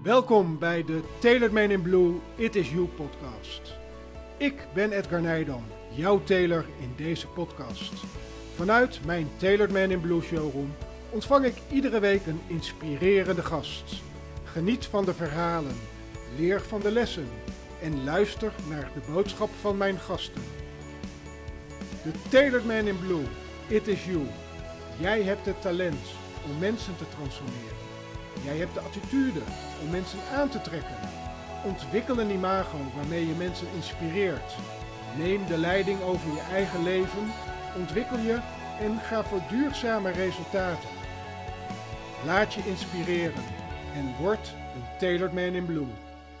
Welkom bij de Tailored Man in Blue It Is You podcast. Ik ben Edgar Nijdam, jouw tailor in deze podcast. Vanuit mijn Tailored Man in Blue showroom ontvang ik iedere week een inspirerende gast. Geniet van de verhalen, leer van de lessen en luister naar de boodschap van mijn gasten. De Tailored Man in Blue It Is You. Jij hebt het talent om mensen te transformeren. Jij hebt de attitude om mensen aan te trekken. Ontwikkel een imago waarmee je mensen inspireert. Neem de leiding over je eigen leven, ontwikkel je en ga voor duurzame resultaten. Laat je inspireren en word een Tailored Man in Blue.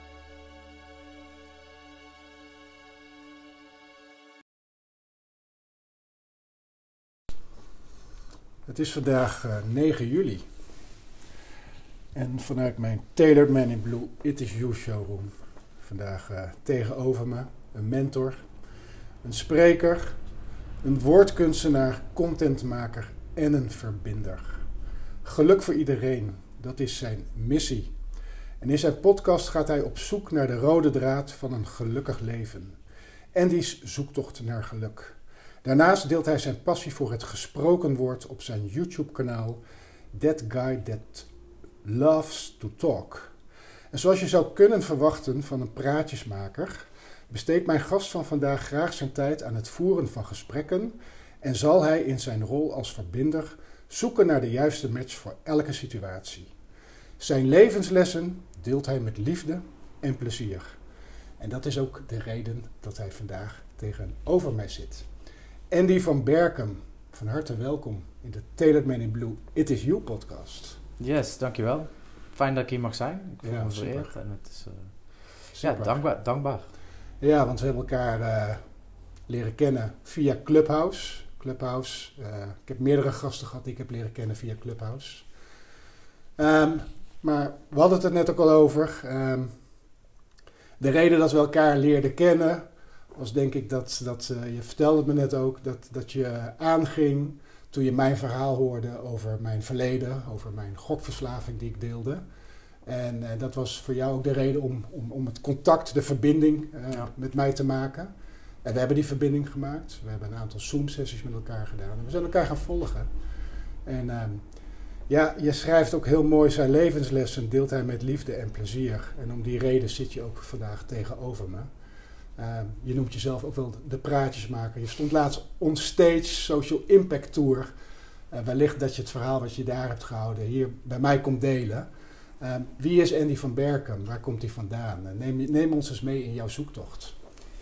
Het is vandaag 9 juli. En vanuit mijn Tailored Man in Blue It Is You showroom. Vandaag tegenover me een mentor, een spreker, een woordkunstenaar, contentmaker en een verbinder. Geluk voor iedereen, dat is zijn missie. En in zijn podcast gaat hij op zoek naar de rode draad van een gelukkig leven. Andy's zoektocht naar geluk. Daarnaast deelt hij zijn passie voor het gesproken woord op zijn YouTube-kanaal That Guy That Loves to Talk. En zoals je zou kunnen verwachten van een praatjesmaker, besteedt mijn gast van vandaag graag zijn tijd aan het voeren van gesprekken en zal hij in zijn rol als verbinder zoeken naar de juiste match voor elke situatie. Zijn levenslessen deelt hij met liefde en plezier. En dat is ook de reden dat hij vandaag tegenover mij zit. Andy van Berkem, van harte welkom in de Tailored Man in Blue It Is You podcast. Yes, dankjewel. Fijn dat ik hier mag zijn. Ik voel me vereerd en het is dankbaar. Ja, want we hebben elkaar leren kennen via Clubhouse. Ik heb meerdere gasten gehad die ik heb leren kennen via Clubhouse. Maar we hadden het er net ook al over. De reden dat we elkaar leerden kennen was denk ik dat je vertelde het me net ook, dat je aanging toen je mijn verhaal hoorde over mijn verleden, over mijn gokverslaving die ik deelde. En dat was voor jou ook de reden om het contact, de verbinding met mij te maken. En we hebben die verbinding gemaakt. We hebben een aantal Zoom-sessies met elkaar gedaan. En we zijn elkaar gaan volgen. En je schrijft ook heel mooi zijn levenslessen, deelt hij met liefde en plezier. En om die reden zit je ook vandaag tegenover me. Je noemt jezelf ook wel de praatjesmaker. Je stond laatst onstage Social Impact Tour. Wellicht dat je het verhaal wat je daar hebt gehouden hier bij mij komt delen. Wie is Andy van Berkem? Waar komt hij vandaan? Neem ons eens mee in jouw zoektocht.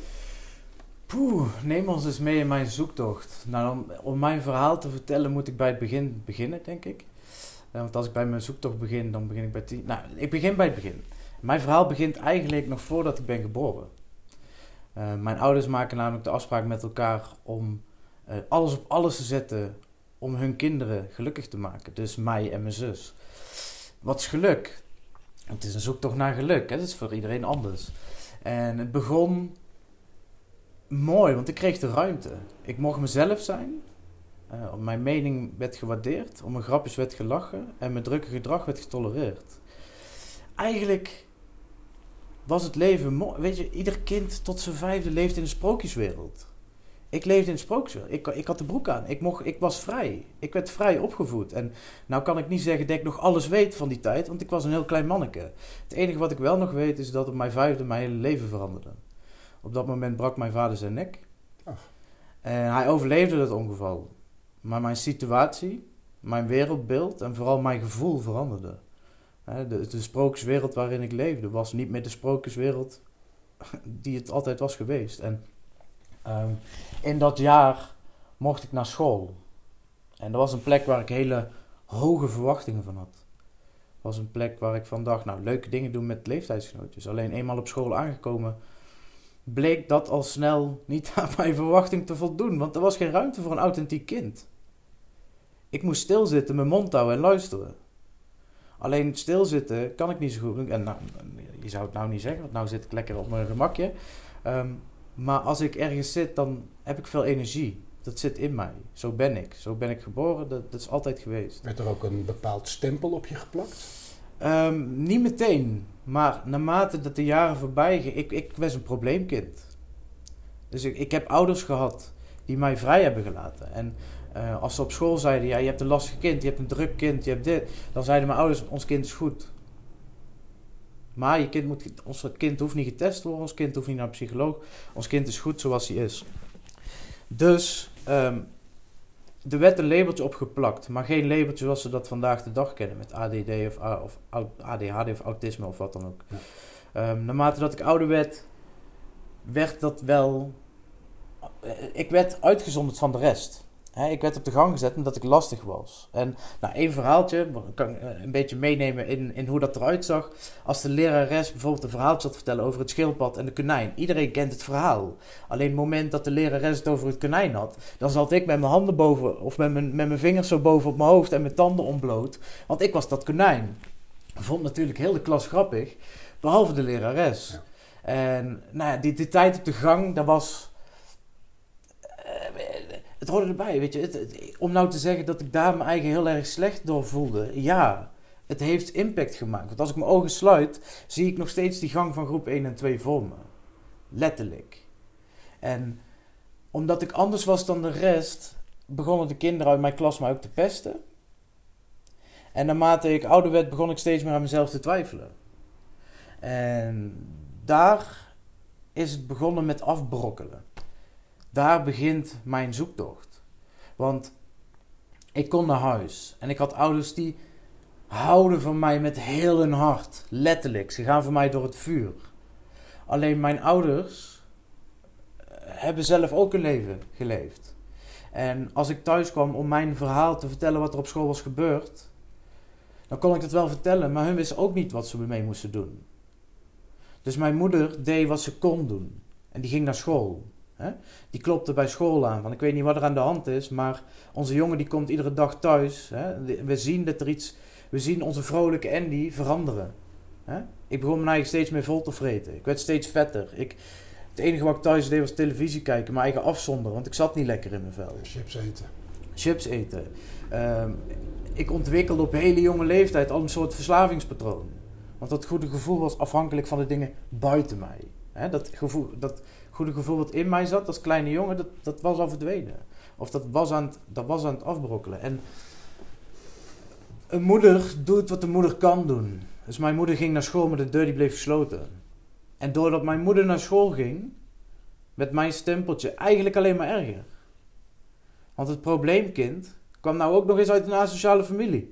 Neem ons eens mee in mijn zoektocht. Nou, om mijn verhaal te vertellen moet ik bij het begin beginnen, denk ik. Want als ik bij mijn zoektocht begin, dan begin ik bij 10. Nou, ik begin bij het begin. Mijn verhaal begint eigenlijk nog voordat ik ben geboren. Mijn ouders maken namelijk de afspraak met elkaar om alles op alles te zetten om hun kinderen gelukkig te maken. Dus mij en mijn zus. Wat is geluk? Het is een zoektocht naar geluk. Hè? Dat is voor iedereen anders. En het begon mooi, want ik kreeg de ruimte. Ik mocht mezelf zijn. Mijn mening werd gewaardeerd. Om mijn grapjes werd gelachen. En mijn drukke gedrag werd getolereerd. Eigenlijk was het leven mooi. Weet je, ieder kind tot zijn 5e leeft in een sprookjeswereld. Ik leefde in een sprookjeswereld. Ik had de broek aan. Ik was vrij. Ik werd vrij opgevoed. En nou kan ik niet zeggen dat ik nog alles weet van die tijd, want ik was een heel klein manneke. Het enige wat ik wel nog weet is dat op mijn 5e mijn hele leven veranderde. Op dat moment brak mijn vader zijn nek. En hij overleefde dat ongeval. Maar mijn situatie, mijn wereldbeeld en vooral mijn gevoel veranderde. De sprookjeswereld waarin ik leefde was niet meer de sprookjeswereld die het altijd was geweest. En in dat jaar mocht ik naar school. En dat was een plek waar ik hele hoge verwachtingen van had. Het was een plek waar ik van dacht, nou, leuke dingen doen met leeftijdsgenootjes. Alleen eenmaal op school aangekomen bleek dat al snel niet aan mijn verwachting te voldoen. Want er was geen ruimte voor een authentiek kind. Ik moest stilzitten, mijn mond houden en luisteren. Alleen stilzitten kan ik niet zo goed. En nou, je zou het nou niet zeggen, want nou zit ik lekker op mijn gemakje. Maar als ik ergens zit, dan heb ik veel energie. Dat zit in mij. Zo ben ik. Zo ben ik geboren. Dat is altijd geweest. Werd er ook een bepaald stempel op je geplakt? Niet meteen, maar naarmate dat de jaren voorbij gingen, ik was een probleemkind. Dus ik heb ouders gehad die mij vrij hebben gelaten. En als ze op school zeiden, ja, je hebt een lastig kind, je hebt een druk kind, je hebt dit. Dan zeiden mijn ouders, ons kind is goed. Maar ons kind hoeft niet getest te worden, ons kind hoeft niet naar een psycholoog. Ons kind is goed zoals hij is. Dus er werd een labeltje opgeplakt, maar geen labeltje zoals ze dat vandaag de dag kennen met ADD of ADHD of autisme of wat dan ook. Ja. Naarmate dat ik ouder werd dat wel... Ik werd uitgezonderd van de rest. Ik werd op de gang gezet omdat ik lastig was. En één verhaaltje, kan ik een beetje meenemen in hoe dat eruit zag. Als de lerares bijvoorbeeld een verhaaltje zat te vertellen over het schildpad en de konijn. Iedereen kent het verhaal. Alleen het moment dat de lerares het over het konijn had, dan zat ik met mijn handen boven, of met mijn vingers zo boven op mijn hoofd en mijn tanden ontbloot. Want ik was dat konijn. Ik vond natuurlijk heel de klas grappig, behalve de lerares. Ja. En die tijd op de gang, dat was... Het hoorde erbij, weet je. Om nou te zeggen dat ik daar mijn eigen heel erg slecht door voelde. Ja, het heeft impact gemaakt. Want als ik mijn ogen sluit, zie ik nog steeds die gang van groep 1 en 2 voor me. Letterlijk. En omdat ik anders was dan de rest, begonnen de kinderen uit mijn klas mij ook te pesten. En naarmate ik ouder werd, begon ik steeds meer aan mezelf te twijfelen. En daar is het begonnen met afbrokkelen. Daar begint mijn zoektocht. Want ik kon naar huis. En ik had ouders die houden van mij met heel hun hart. Letterlijk. Ze gaan voor mij door het vuur. Alleen mijn ouders hebben zelf ook een leven geleefd. En als ik thuis kwam om mijn verhaal te vertellen wat er op school was gebeurd, dan kon ik het wel vertellen. Maar hun wisten ook niet wat ze ermee moesten doen. Dus mijn moeder deed wat ze kon doen. En die ging naar school. Die klopte bij school aan, want ik weet niet wat er aan de hand is, maar onze jongen die komt iedere dag thuis. We zien onze vrolijke Andy veranderen. Ik begon mijn eigen steeds meer vol te vreten. Ik werd steeds vetter. Het enige wat ik thuis deed was televisie kijken, mijn eigen afzonderen, want ik zat niet lekker in mijn vel. Chips eten. Ik ontwikkelde op hele jonge leeftijd al een soort verslavingspatroon. Want dat goede gevoel was afhankelijk van de dingen buiten mij. Dat goede gevoel wat in mij zat als kleine jongen, dat was al verdwenen. Of dat was aan het afbrokkelen. En een moeder doet wat een moeder kan doen. Dus mijn moeder ging naar school, maar de deur die bleef gesloten. En doordat mijn moeder naar school ging, met mijn stempeltje, eigenlijk alleen maar erger. Want het probleemkind kwam nou ook nog eens uit een asociale familie.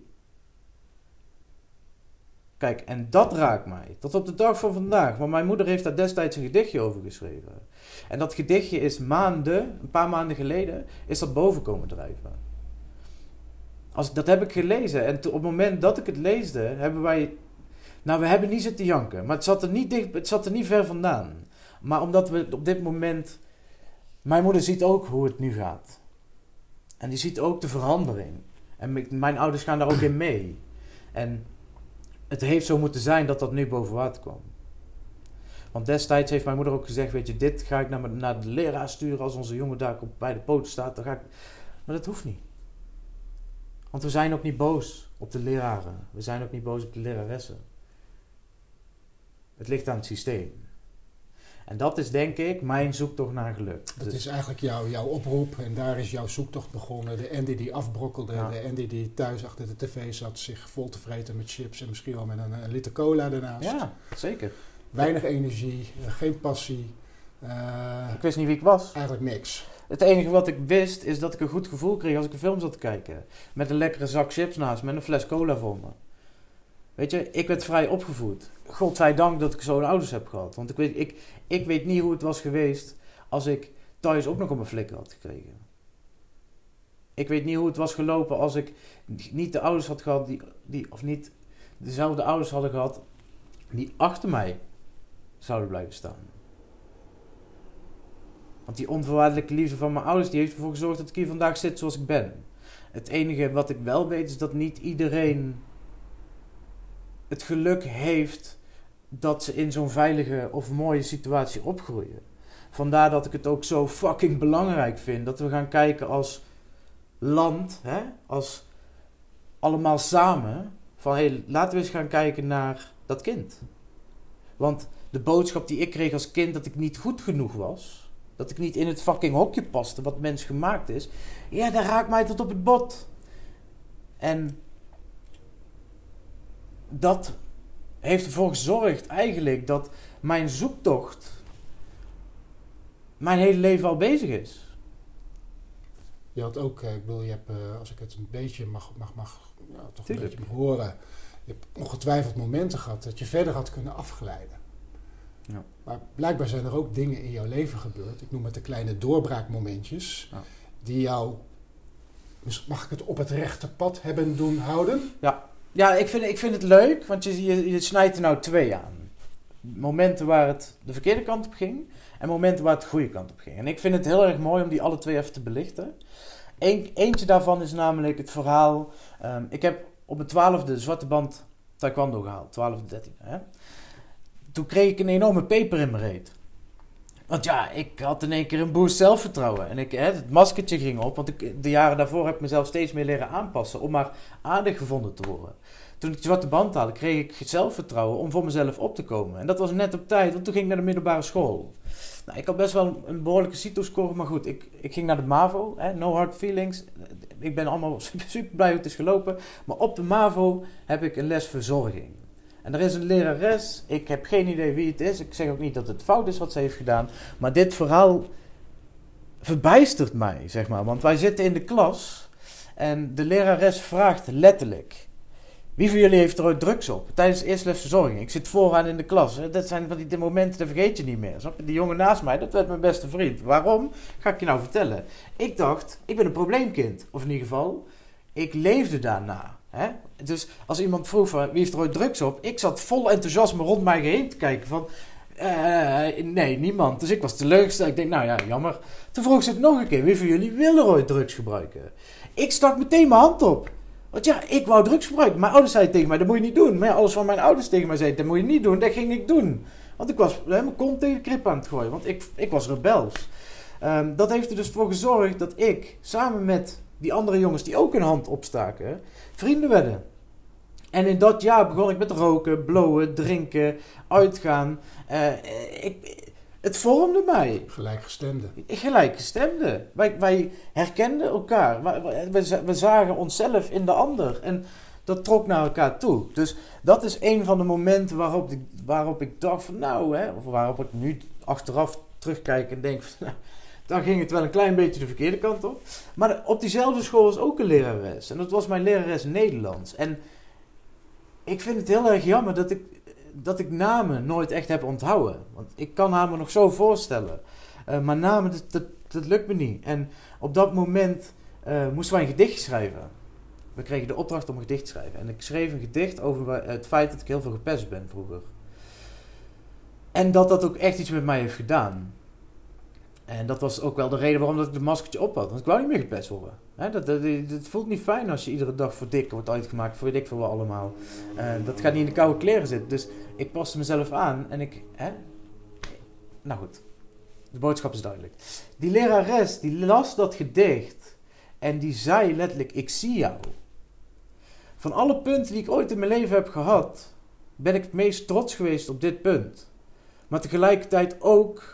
Kijk, en dat raakt mij. Tot op de dag van vandaag. Want mijn moeder heeft daar destijds een gedichtje over geschreven. En dat gedichtje is een paar maanden geleden, is dat boven komen drijven. Dat heb ik gelezen. En op het moment dat ik het leesde, hebben wij... we hebben niet zitten janken. Maar het zat er niet ver vandaan. Maar omdat we op dit moment... Mijn moeder ziet ook hoe het nu gaat. En die ziet ook de verandering. En mijn ouders gaan daar ook in mee. En... Het heeft zo moeten zijn dat dat nu boven water kwam. Want destijds heeft mijn moeder ook gezegd, weet je, dit ga ik naar de leraar sturen als onze jongen daar bij de poten staat. Dan ga ik... Maar dat hoeft niet. Want we zijn ook niet boos op de leraren. We zijn ook niet boos op de leraressen. Het ligt aan het systeem. En dat is denk ik mijn zoektocht naar geluk. Dat is eigenlijk jouw oproep en daar is jouw zoektocht begonnen. De Andy die afbrokkelde, ja. De Andy die thuis achter de tv zat, zich vol te vreten met chips en misschien wel met een liter cola ernaast. Ja, zeker. Weinig energie, geen passie. Ik wist niet wie ik was. Eigenlijk niks. Het enige wat ik wist is dat ik een goed gevoel kreeg als ik een film zat te kijken. Met een lekkere zak chips naast me en een fles cola voor me. Weet je, ik werd vrij opgevoed. Godzijdank dat ik zo'n ouders heb gehad. Want ik weet niet hoe het was geweest als ik thuis ook nog op mijn flikker had gekregen. Ik weet niet hoe het was gelopen als ik niet de ouders had gehad of niet dezelfde ouders hadden gehad die achter mij zouden blijven staan. Want die onvoorwaardelijke liefde van mijn ouders, die heeft ervoor gezorgd dat ik hier vandaag zit zoals ik ben. Het enige wat ik wel weet is dat niet iedereen het geluk heeft dat ze in zo'n veilige of mooie situatie opgroeien. Vandaar dat ik het ook zo fucking belangrijk vind dat we gaan kijken als land, als allemaal samen, van laten we eens gaan kijken naar dat kind. Want de boodschap die ik kreeg als kind, dat ik niet goed genoeg was, dat ik niet in het fucking hokje paste wat mens gemaakt is, ja, dat raakt mij tot op het bot. En dat heeft ervoor gezorgd eigenlijk dat mijn zoektocht mijn hele leven al bezig is. Je had ook, ik bedoel, je hebt, als ik het een beetje mag toch Tuurlijk. een beetje horen, je hebt ongetwijfeld momenten gehad dat je verder had kunnen afglijden. Ja. Maar blijkbaar zijn er ook dingen in jouw leven gebeurd, ik noem het de kleine doorbraakmomentjes, die jou, mag ik het op het rechte pad hebben doen houden? Ja, ik vind het leuk, want je snijdt er nou 2 aan. Momenten waar het de verkeerde kant op ging en momenten waar het de goede kant op ging. En ik vind het heel erg mooi om die alle 2 even te belichten. Eentje daarvan is namelijk het verhaal. Ik heb op mijn 12e zwarte band taekwondo gehaald, 12e, 13e. Hè? Toen kreeg ik een enorme peper in mijn reet. Want ja, ik had in één keer een boost zelfvertrouwen. En het maskertje ging op, want de jaren daarvoor heb ik mezelf steeds meer leren aanpassen om maar aardig gevonden te worden. Toen ik de zwarte band haalde, kreeg ik zelfvertrouwen om voor mezelf op te komen. En dat was net op tijd, want toen ging ik naar de middelbare school. Nou, ik had best wel een behoorlijke CITO-score, maar goed, ik ging naar de MAVO, no hard feelings. Ik ben allemaal super blij hoe het is gelopen. Maar op de MAVO heb ik een les verzorging. En er is een lerares, ik heb geen idee wie het is. Ik zeg ook niet dat het fout is wat ze heeft gedaan. Maar dit verhaal verbijstert mij, zeg maar. Want wij zitten in de klas en de lerares vraagt letterlijk: wie van jullie heeft er ooit drugs op? Tijdens de eerste les verzorging. Ik zit vooraan in de klas. Hè? Dat zijn van die momenten, dat vergeet je niet meer. Snap je? Die jongen naast mij, dat werd mijn beste vriend. Waarom? Ga ik je nou vertellen. Ik dacht, ik ben een probleemkind. Of in ieder geval, ik leefde daarna. Hè? Dus als iemand vroeg van, wie heeft er ooit drugs op? Ik zat vol enthousiasme rond mij heen te kijken van, nee, niemand. Dus ik was teleurgesteld. Ik denk, nou ja, jammer. Toen vroeg ze het nog een keer, wie van jullie wil er ooit drugs gebruiken? Ik stak meteen mijn hand op. Want ja, ik wou drugs gebruiken. Mijn ouders zeiden tegen mij, dat moet je niet doen. Maar ja, alles wat mijn ouders tegen mij zeiden, dat moet je niet doen. Dat ging ik doen. Want ik was mijn kont tegen de krip aan het gooien. Want ik was rebels. Dat heeft er dus voor gezorgd dat ik, samen met die andere jongens die ook hun hand opstaken, vrienden werden. En in dat jaar begon ik met roken, blowen, drinken, uitgaan. Het vormde mij. Gelijkgestemde. Wij herkenden elkaar. We zagen onszelf in de ander. En dat trok naar elkaar toe. Dus dat is een van de momenten waarop ik dacht van of waarop ik nu achteraf terugkijk en denk van, nou, dan ging het wel een klein beetje de verkeerde kant op. Maar op diezelfde school was ook een lerares. En dat was mijn lerares Nederlands. En ik vind het heel erg jammer dat ik namen nooit echt heb onthouden. Want ik kan haar me nog zo voorstellen. Maar namen, dat lukt me niet. En op dat moment moesten wij een gedicht schrijven. We kregen de opdracht om een gedicht te schrijven. En ik schreef een gedicht over het feit dat ik heel veel gepest ben vroeger. En dat ook echt iets met mij heeft gedaan. En dat was ook wel de reden waarom dat ik de maskertje op had. Want ik wou niet meer gepest worden. Dat voelt niet fijn als je iedere dag voor dik wordt uitgemaakt. Voor weet ik veel wat allemaal. Dat gaat niet in de koude kleren zitten. Dus ik paste mezelf aan. En nou goed. De boodschap is duidelijk. Die lerares, die las dat gedicht. En die zei letterlijk, ik zie jou. Van alle punten die ik ooit in mijn leven heb gehad, ben ik het meest trots geweest op dit punt. Maar tegelijkertijd ook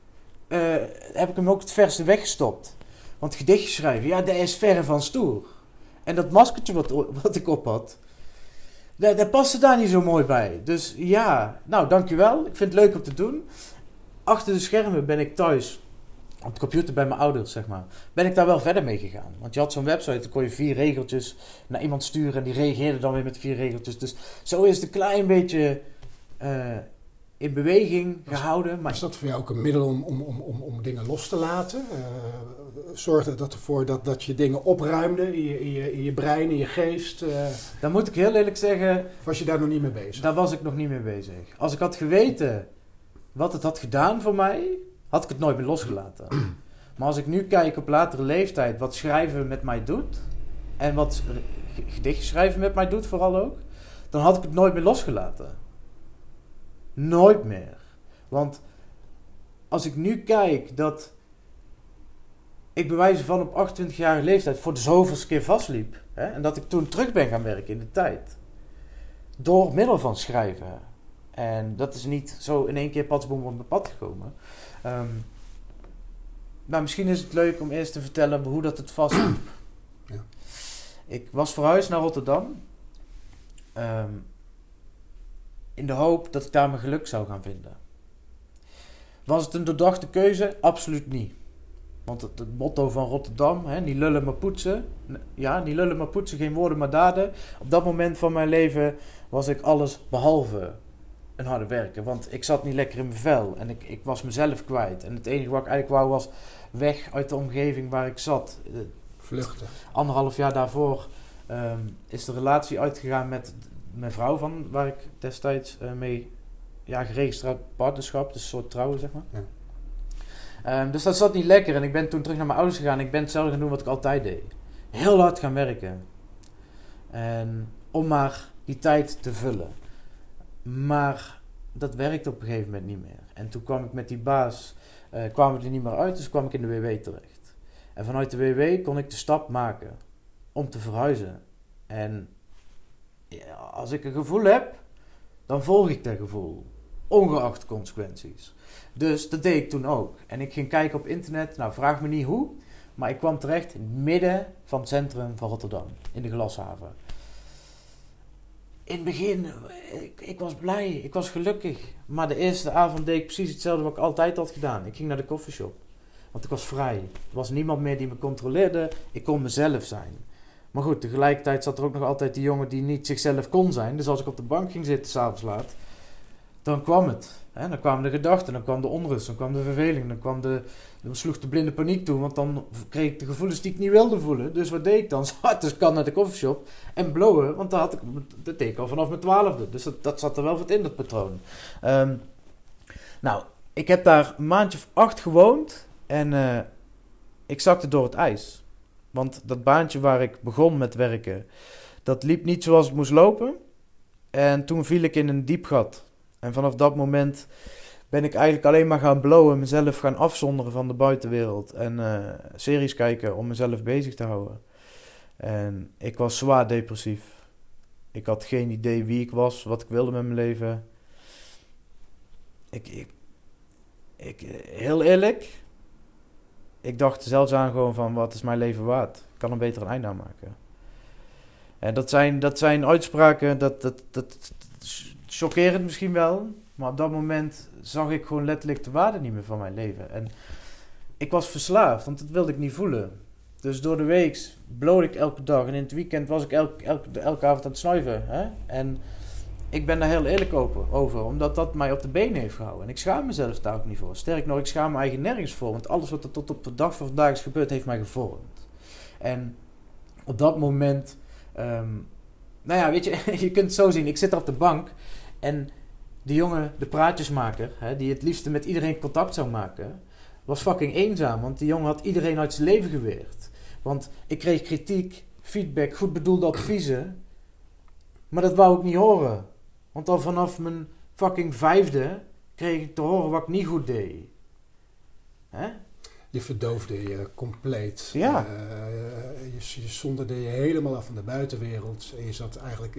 heb ik hem ook het verste weggestopt. Want gedichtjes schrijven, ja, dat is verre van stoer. En dat maskertje wat ik op had, dat paste daar niet zo mooi bij. Dus ja, nou, dankjewel. Ik vind het leuk om te doen. Achter de schermen ben ik thuis, op de computer bij mijn ouders, zeg maar, ben ik daar wel verder mee gegaan. Want je had zo'n website, dan kon je 4 regeltjes naar iemand sturen en die reageerde dan weer met 4 regeltjes. Dus zo is het een klein beetje in beweging gehouden. Maar is dat voor jou ook een middel om dingen los te laten? Zorgde dat ervoor dat je dingen opruimde in je brein, in je geest? Dan moet ik heel eerlijk zeggen, was je daar nog niet mee bezig? Daar was ik nog niet mee bezig. Als ik had geweten wat het had gedaan voor mij, had ik het nooit meer losgelaten. Maar als ik nu kijk op latere leeftijd wat schrijven met mij doet, en wat gedichten schrijven met mij doet vooral ook, dan had ik het nooit meer losgelaten. Nooit meer. Want als ik nu kijk dat ik bij wijze van op 28-jarige leeftijd voor de zoveelste keer vastliep, hè, en dat ik toen terug ben gaan werken in de tijd, door middel van schrijven. En dat is niet zo in één keer patsboom op mijn pad gekomen. Maar misschien is het leuk om eerst te vertellen hoe dat het vastliep. Ja. Ik was verhuisd naar Rotterdam. In de hoop dat ik daar mijn geluk zou gaan vinden. Was het een doordachte keuze? Absoluut niet. Want het motto van Rotterdam, niet lullen maar poetsen. Ja, niet lullen maar poetsen, geen woorden maar daden. Op dat moment van mijn leven was ik alles behalve een harde werker. Want ik zat niet lekker in mijn vel. En ik was mezelf kwijt. En het enige wat ik eigenlijk wou was weg uit de omgeving waar ik zat. Vluchten. 1,5 jaar daarvoor is de relatie uitgegaan met mijn vrouw van waar ik destijds mee geregistreerd partnerschap, dus een soort trouwen zeg maar. Ja. Dus dat zat niet lekker en ik ben toen terug naar mijn ouders gegaan en ik ben hetzelfde gaan doen wat ik altijd deed. Heel hard gaan werken. En om maar die tijd te vullen. Maar dat werkte op een gegeven moment niet meer. En toen kwam ik met die baas, kwamen we er niet meer uit, dus kwam ik in de WW terecht. En vanuit de WW kon ik de stap maken om te verhuizen. En ja, als ik een gevoel heb, dan volg ik dat gevoel. Ongeacht de consequenties. Dus dat deed ik toen ook. En ik ging kijken op internet. Nou, vraag me niet hoe. Maar ik kwam terecht in het midden van het centrum van Rotterdam. In de Glashaven. In het begin, ik was blij. Ik was gelukkig. Maar de eerste avond deed ik precies hetzelfde wat ik altijd had gedaan. Ik ging naar de koffieshop. Want ik was vrij. Er was niemand meer die me controleerde. Ik kon mezelf zijn. Maar goed, tegelijkertijd zat er ook nog altijd die jongen die niet zichzelf kon zijn. Dus als ik op de bank ging zitten s'avonds laat, dan kwam het. Hè? Dan kwamen de gedachten, dan kwam de onrust, dan kwam de verveling, dan sloeg de blinde paniek toe. Want dan kreeg ik de gevoelens die ik niet wilde voelen. Dus wat deed ik dan? Dus kan naar de koffieshop en blowen. Want dat deed ik al vanaf mijn 12e. Dus dat zat er wel wat in, dat patroon. Nou, ik heb daar een maandje of 8 gewoond. En ik zakte door het ijs. Want dat baantje waar ik begon met werken, dat liep niet zoals het moest lopen. En toen viel ik in een diep gat. En vanaf dat moment ben ik eigenlijk alleen maar gaan blowen, mezelf gaan afzonderen van de buitenwereld. En series kijken om mezelf bezig te houden. En ik was zwaar depressief. Ik had geen idee wie ik was, wat ik wilde met mijn leven. Heel eerlijk, ik dacht zelfs aan gewoon van, wat is mijn leven waard? Ik kan er beter een einde aan maken. En dat zijn uitspraken, dat chockerend misschien wel. Maar op dat moment zag ik gewoon letterlijk de waarde niet meer van mijn leven. En ik was verslaafd, want dat wilde ik niet voelen. Dus door de week blode ik elke dag. En in het weekend was ik elke avond aan het snuiven. Hè? En ik ben daar heel eerlijk over, omdat dat mij op de benen heeft gehouden. En ik schaam mezelf daar ook niet voor. Sterk nog, ik schaam me eigen nergens voor. Want alles wat er tot op de dag van vandaag is gebeurd, heeft mij gevormd. En op dat moment, weet je, je kunt het zo zien. Ik zit er op de bank en die jongen, de praatjesmaker, die het liefste met iedereen contact zou maken, was fucking eenzaam. Want die jongen had iedereen uit zijn leven geweerd. Want ik kreeg kritiek, feedback, goed bedoelde adviezen. Maar dat wou ik niet horen. Want al vanaf mijn fucking 5e kreeg ik te horen wat ik niet goed deed. Hè? Je verdoofde je compleet. Ja. Je zonderde je helemaal af van de buitenwereld. En je zat eigenlijk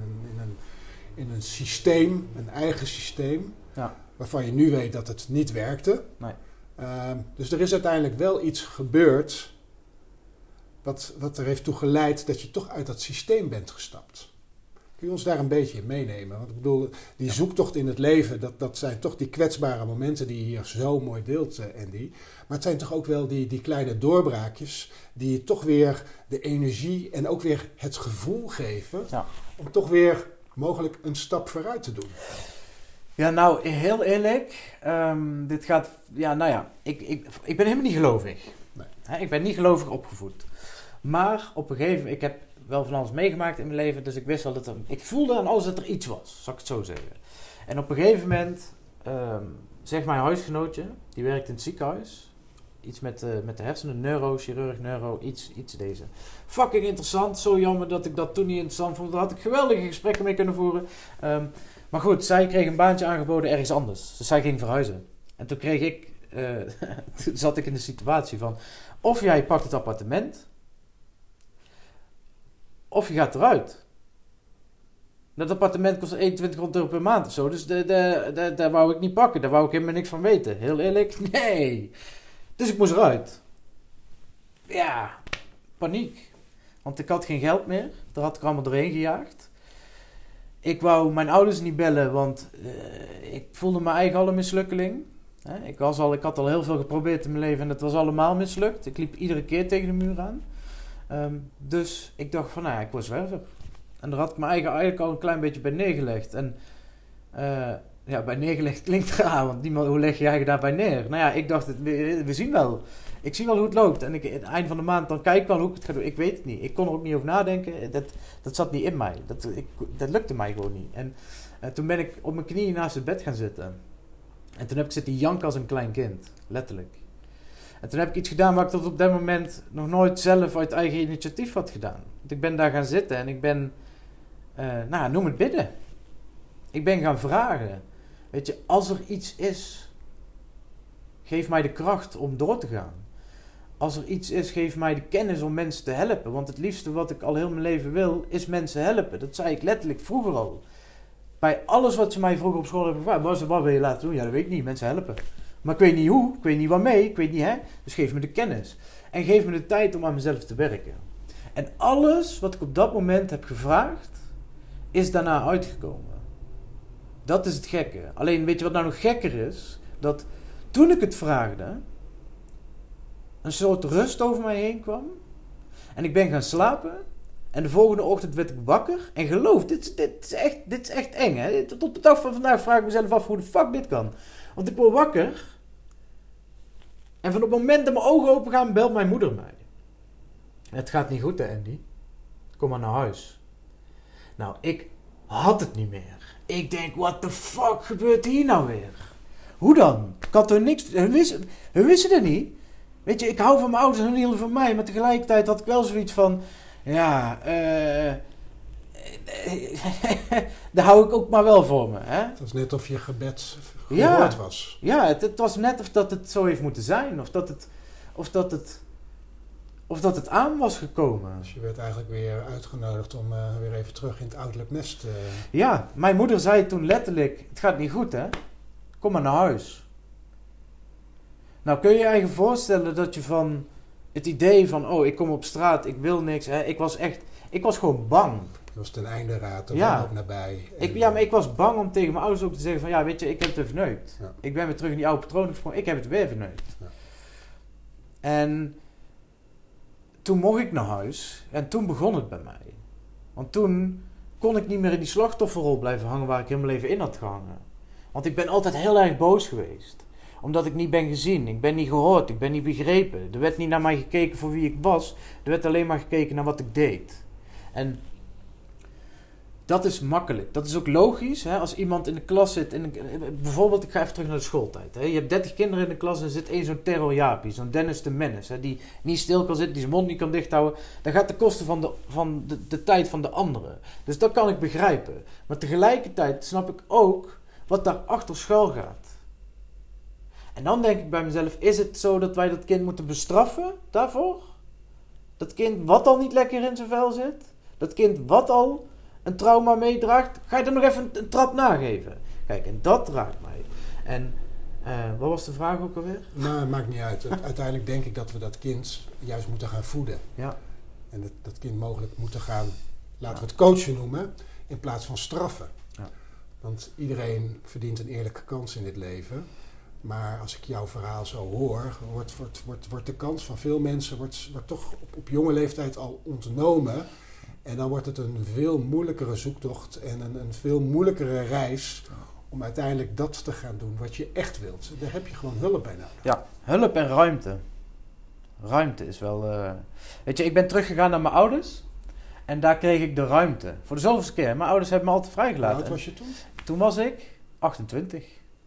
in een systeem, een eigen systeem. Ja. Waarvan je nu weet dat het niet werkte. Nee. Dus er is uiteindelijk wel iets gebeurd wat er heeft toe geleid dat je toch uit dat systeem bent gestapt. Kun je ons daar een beetje in meenemen? Want ik bedoel, die zoektocht in het leven, dat zijn toch die kwetsbare momenten die je hier zo mooi deelt, Andy. Maar het zijn toch ook wel die kleine doorbraakjes die je toch weer de energie en ook weer het gevoel geven om toch weer mogelijk een stap vooruit te doen. Ja, nou, heel eerlijk, dit gaat, ik ben helemaal niet gelovig. Nee. Ik ben niet gelovig opgevoed. Maar op een gegeven moment, ik heb wel van alles meegemaakt in mijn leven, dus ik wist wel ik voelde aan alles dat er iets was, zal ik het zo zeggen. En op een gegeven moment, zegt mijn huisgenootje, die werkt in het ziekenhuis, iets met de hersenen, neurochirurg, iets deze. Fucking interessant, zo jammer dat ik dat toen niet interessant vond, daar had ik geweldige gesprekken mee kunnen voeren. Maar goed, zij kreeg een baantje aangeboden ergens anders, dus zij ging verhuizen. En toen toen zat ik in de situatie van, of jij pakt het appartement, of je gaat eruit. Dat appartement kost €2100 per maand of zo. Dus daar wou ik niet pakken. Daar wou ik helemaal niks van weten. Heel eerlijk, nee. Dus ik moest eruit. Ja, paniek. Want ik had geen geld meer. Daar had ik allemaal doorheen gejaagd. Ik wou mijn ouders niet bellen, want ik voelde me eigenlijk al een mislukkeling. Ik had al heel veel geprobeerd in mijn leven en het was allemaal mislukt. Ik liep iedere keer tegen de muur aan. Dus ik dacht van, ik word zwerver. En daar had ik me eigenlijk al een klein beetje bij neergelegd. En bij neergelegd klinkt raar, want hoe leg je eigenlijk daarbij neer? Nou ja, ik dacht, we zien wel. Ik zie wel hoe het loopt. En aan het eind van de maand, dan kijk ik wel hoe ik het ga doen. Ik weet het niet. Ik kon er ook niet over nadenken. Dat zat niet in mij. Dat lukte mij gewoon niet. En toen ben ik op mijn knieën naast het bed gaan zitten. En toen heb ik zitten janken als een klein kind. Letterlijk. En toen heb ik iets gedaan wat ik tot op dat moment nog nooit zelf uit eigen initiatief had gedaan. Want ik ben daar gaan zitten en ik ben, noem het bidden. Ik ben gaan vragen. Weet je, als er iets is, geef mij de kracht om door te gaan. Als er iets is, geef mij de kennis om mensen te helpen. Want het liefste wat ik al heel mijn leven wil, is mensen helpen. Dat zei ik letterlijk vroeger al. Bij alles wat ze mij vroeger op school hebben gevraagd, wat wil je laten doen? Ja, dat weet ik niet. Mensen helpen. Maar ik weet niet hoe, ik weet niet waarmee, ik weet niet Dus geef me de kennis. En geef me de tijd om aan mezelf te werken. En alles wat ik op dat moment heb gevraagd, is daarna uitgekomen. Dat is het gekke. Alleen, weet je wat nou nog gekker is? Dat toen ik het vraagde, een soort rust over mij heen kwam. En ik ben gaan slapen. En de volgende ochtend werd ik wakker. En geloof, dit is echt eng. Hè? Tot de dag van vandaag vraag ik mezelf af hoe de fuck dit kan. Want ik word wakker. En van het moment dat mijn ogen open gaan, belt mijn moeder mij. Het gaat niet goed hè Andy. Kom maar naar huis. Nou, ik had het niet meer. Ik denk, what the fuck gebeurt hier nou weer? Hoe dan? Ik had er niks... Hun wisten het niet. Weet je, ik hou van mijn ouders en hun hielden van mij. Maar tegelijkertijd had ik wel zoiets van... daar hou ik ook maar wel voor me. Hè? Het was net of je gebed gehoord was. Ja, het was net of dat het zo heeft moeten zijn. Of dat het aan was gekomen. Dus je werd eigenlijk weer uitgenodigd om weer even terug in het ouderlijk nest. Ja, mijn moeder zei toen letterlijk... Het gaat niet goed, hè? Kom maar naar huis. Nou, kun je je eigen voorstellen dat je van... Het idee van, ik kom op straat, ik wil niks. Hè? Ik was gewoon bang. Je was ten einde raad, er ook nabij. Maar ik was bang om tegen mijn ouders ook te zeggen van... Ja, weet je, ik heb het verneukt. Ja. Ik ben weer terug in die oude patronen gesprongen. Ik heb het weer verneukt. Ja. En... Toen mocht ik naar huis en toen begon het bij mij. Want toen kon ik niet meer in die slachtofferrol blijven hangen waar ik heel mijn leven in had gehangen. Want ik ben altijd heel erg boos geweest. Omdat ik niet ben gezien, ik ben niet gehoord, ik ben niet begrepen. Er werd niet naar mij gekeken voor wie ik was. Er werd alleen maar gekeken naar wat ik deed. En dat is makkelijk. Dat is ook logisch. Hè? Als iemand in de klas zit... bijvoorbeeld, ik ga even terug naar de schooltijd. Hè? Je hebt 30 kinderen in de klas en er zit één zo'n terrorjaapie. Zo'n Dennis de Menace. Hè? Die niet stil kan zitten, die zijn mond niet kan dichthouden. Dat gaat ten koste van de tijd van de anderen. Dus dat kan ik begrijpen. Maar tegelijkertijd snap ik ook wat daarachter schuil gaat. En dan denk ik bij mezelf... Is het zo dat wij dat kind moeten bestraffen daarvoor? Dat kind wat al niet lekker in zijn vel zit? Dat kind wat al... een trauma meedraagt, ga je er nog even een trap nageven. Kijk, en dat raakt mij. En wat was de vraag ook alweer? Nou, het maakt niet uit. Uiteindelijk denk ik dat we dat kind juist moeten gaan voeden. Ja. En dat kind mogelijk moeten gaan, laten we het coachen noemen, in plaats van straffen. Ja. Want iedereen verdient een eerlijke kans in dit leven. Maar als ik jouw verhaal zo hoor, wordt de kans van veel mensen wordt toch op jonge leeftijd al ontnomen. En dan wordt het een veel moeilijkere zoektocht en een veel moeilijkere reis om uiteindelijk dat te gaan doen wat je echt wilt. Daar heb je gewoon hulp bij nodig. Ja, hulp en ruimte. Ruimte is wel... Weet je, ik ben teruggegaan naar mijn ouders en daar kreeg ik de ruimte. Voor de zoveelste keer. Mijn ouders hebben me altijd vrijgelaten. Hoe oud was je toen? Toen was ik 28.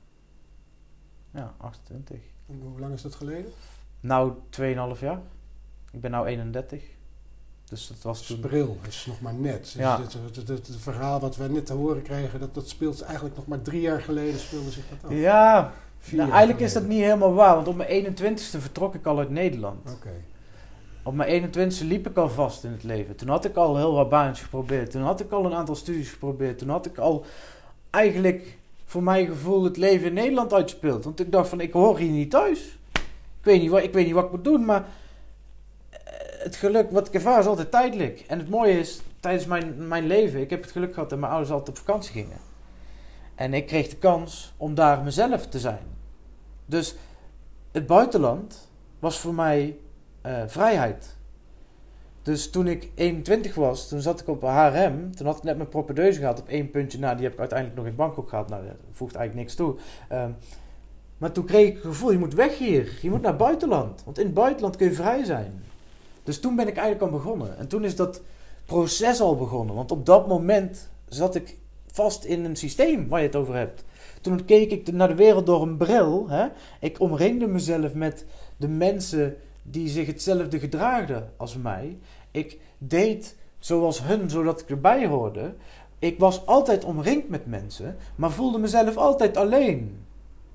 Ja, 28. En hoe lang is dat geleden? Nou, 2,5 jaar. Ik ben nou 31. Dus dat was toen... Spril is nog maar net. Ja. Dus het verhaal wat we net te horen kregen, dat speelt eigenlijk nog maar 3 jaar geleden speelde zich dat af. Ja, 4 nou, jaar eigenlijk is geleden. dat niet helemaal waar. Want op mijn 21ste vertrok ik al uit Nederland. Oké. Op mijn 21ste liep ik al vast in het leven. Toen had ik al heel wat baantjes geprobeerd. Toen had ik al een aantal studies geprobeerd. Toen had ik al eigenlijk voor mijn gevoel het leven in Nederland uitgespeeld. Want ik dacht van, ik hoor hier niet thuis. Ik weet niet wat ik moet doen, maar het geluk wat ik ervaar is altijd tijdelijk. En het mooie is, tijdens mijn leven, ik heb het geluk gehad dat mijn ouders altijd op vakantie gingen. En ik kreeg de kans om daar mezelf te zijn. Dus het buitenland was voor mij vrijheid. Dus toen ik 21 was, toen zat ik op HRM. Toen had ik net mijn propedeuse gehad op 1 puntje. Nou, die heb ik uiteindelijk nog in Bangkok gehad. Nou, dat voegt eigenlijk niks toe. Maar toen kreeg ik het gevoel, je moet weg hier. Je moet naar het buitenland. Want in het buitenland kun je vrij zijn. Dus toen ben ik eigenlijk al begonnen. En toen is dat proces al begonnen. Want op dat moment zat ik vast in een systeem waar je het over hebt. Toen keek ik naar de wereld door een bril. Hè? Ik omringde mezelf met de mensen die zich hetzelfde gedraagden als mij. Ik deed zoals hun, zodat ik erbij hoorde. Ik was altijd omringd met mensen, maar voelde mezelf altijd alleen.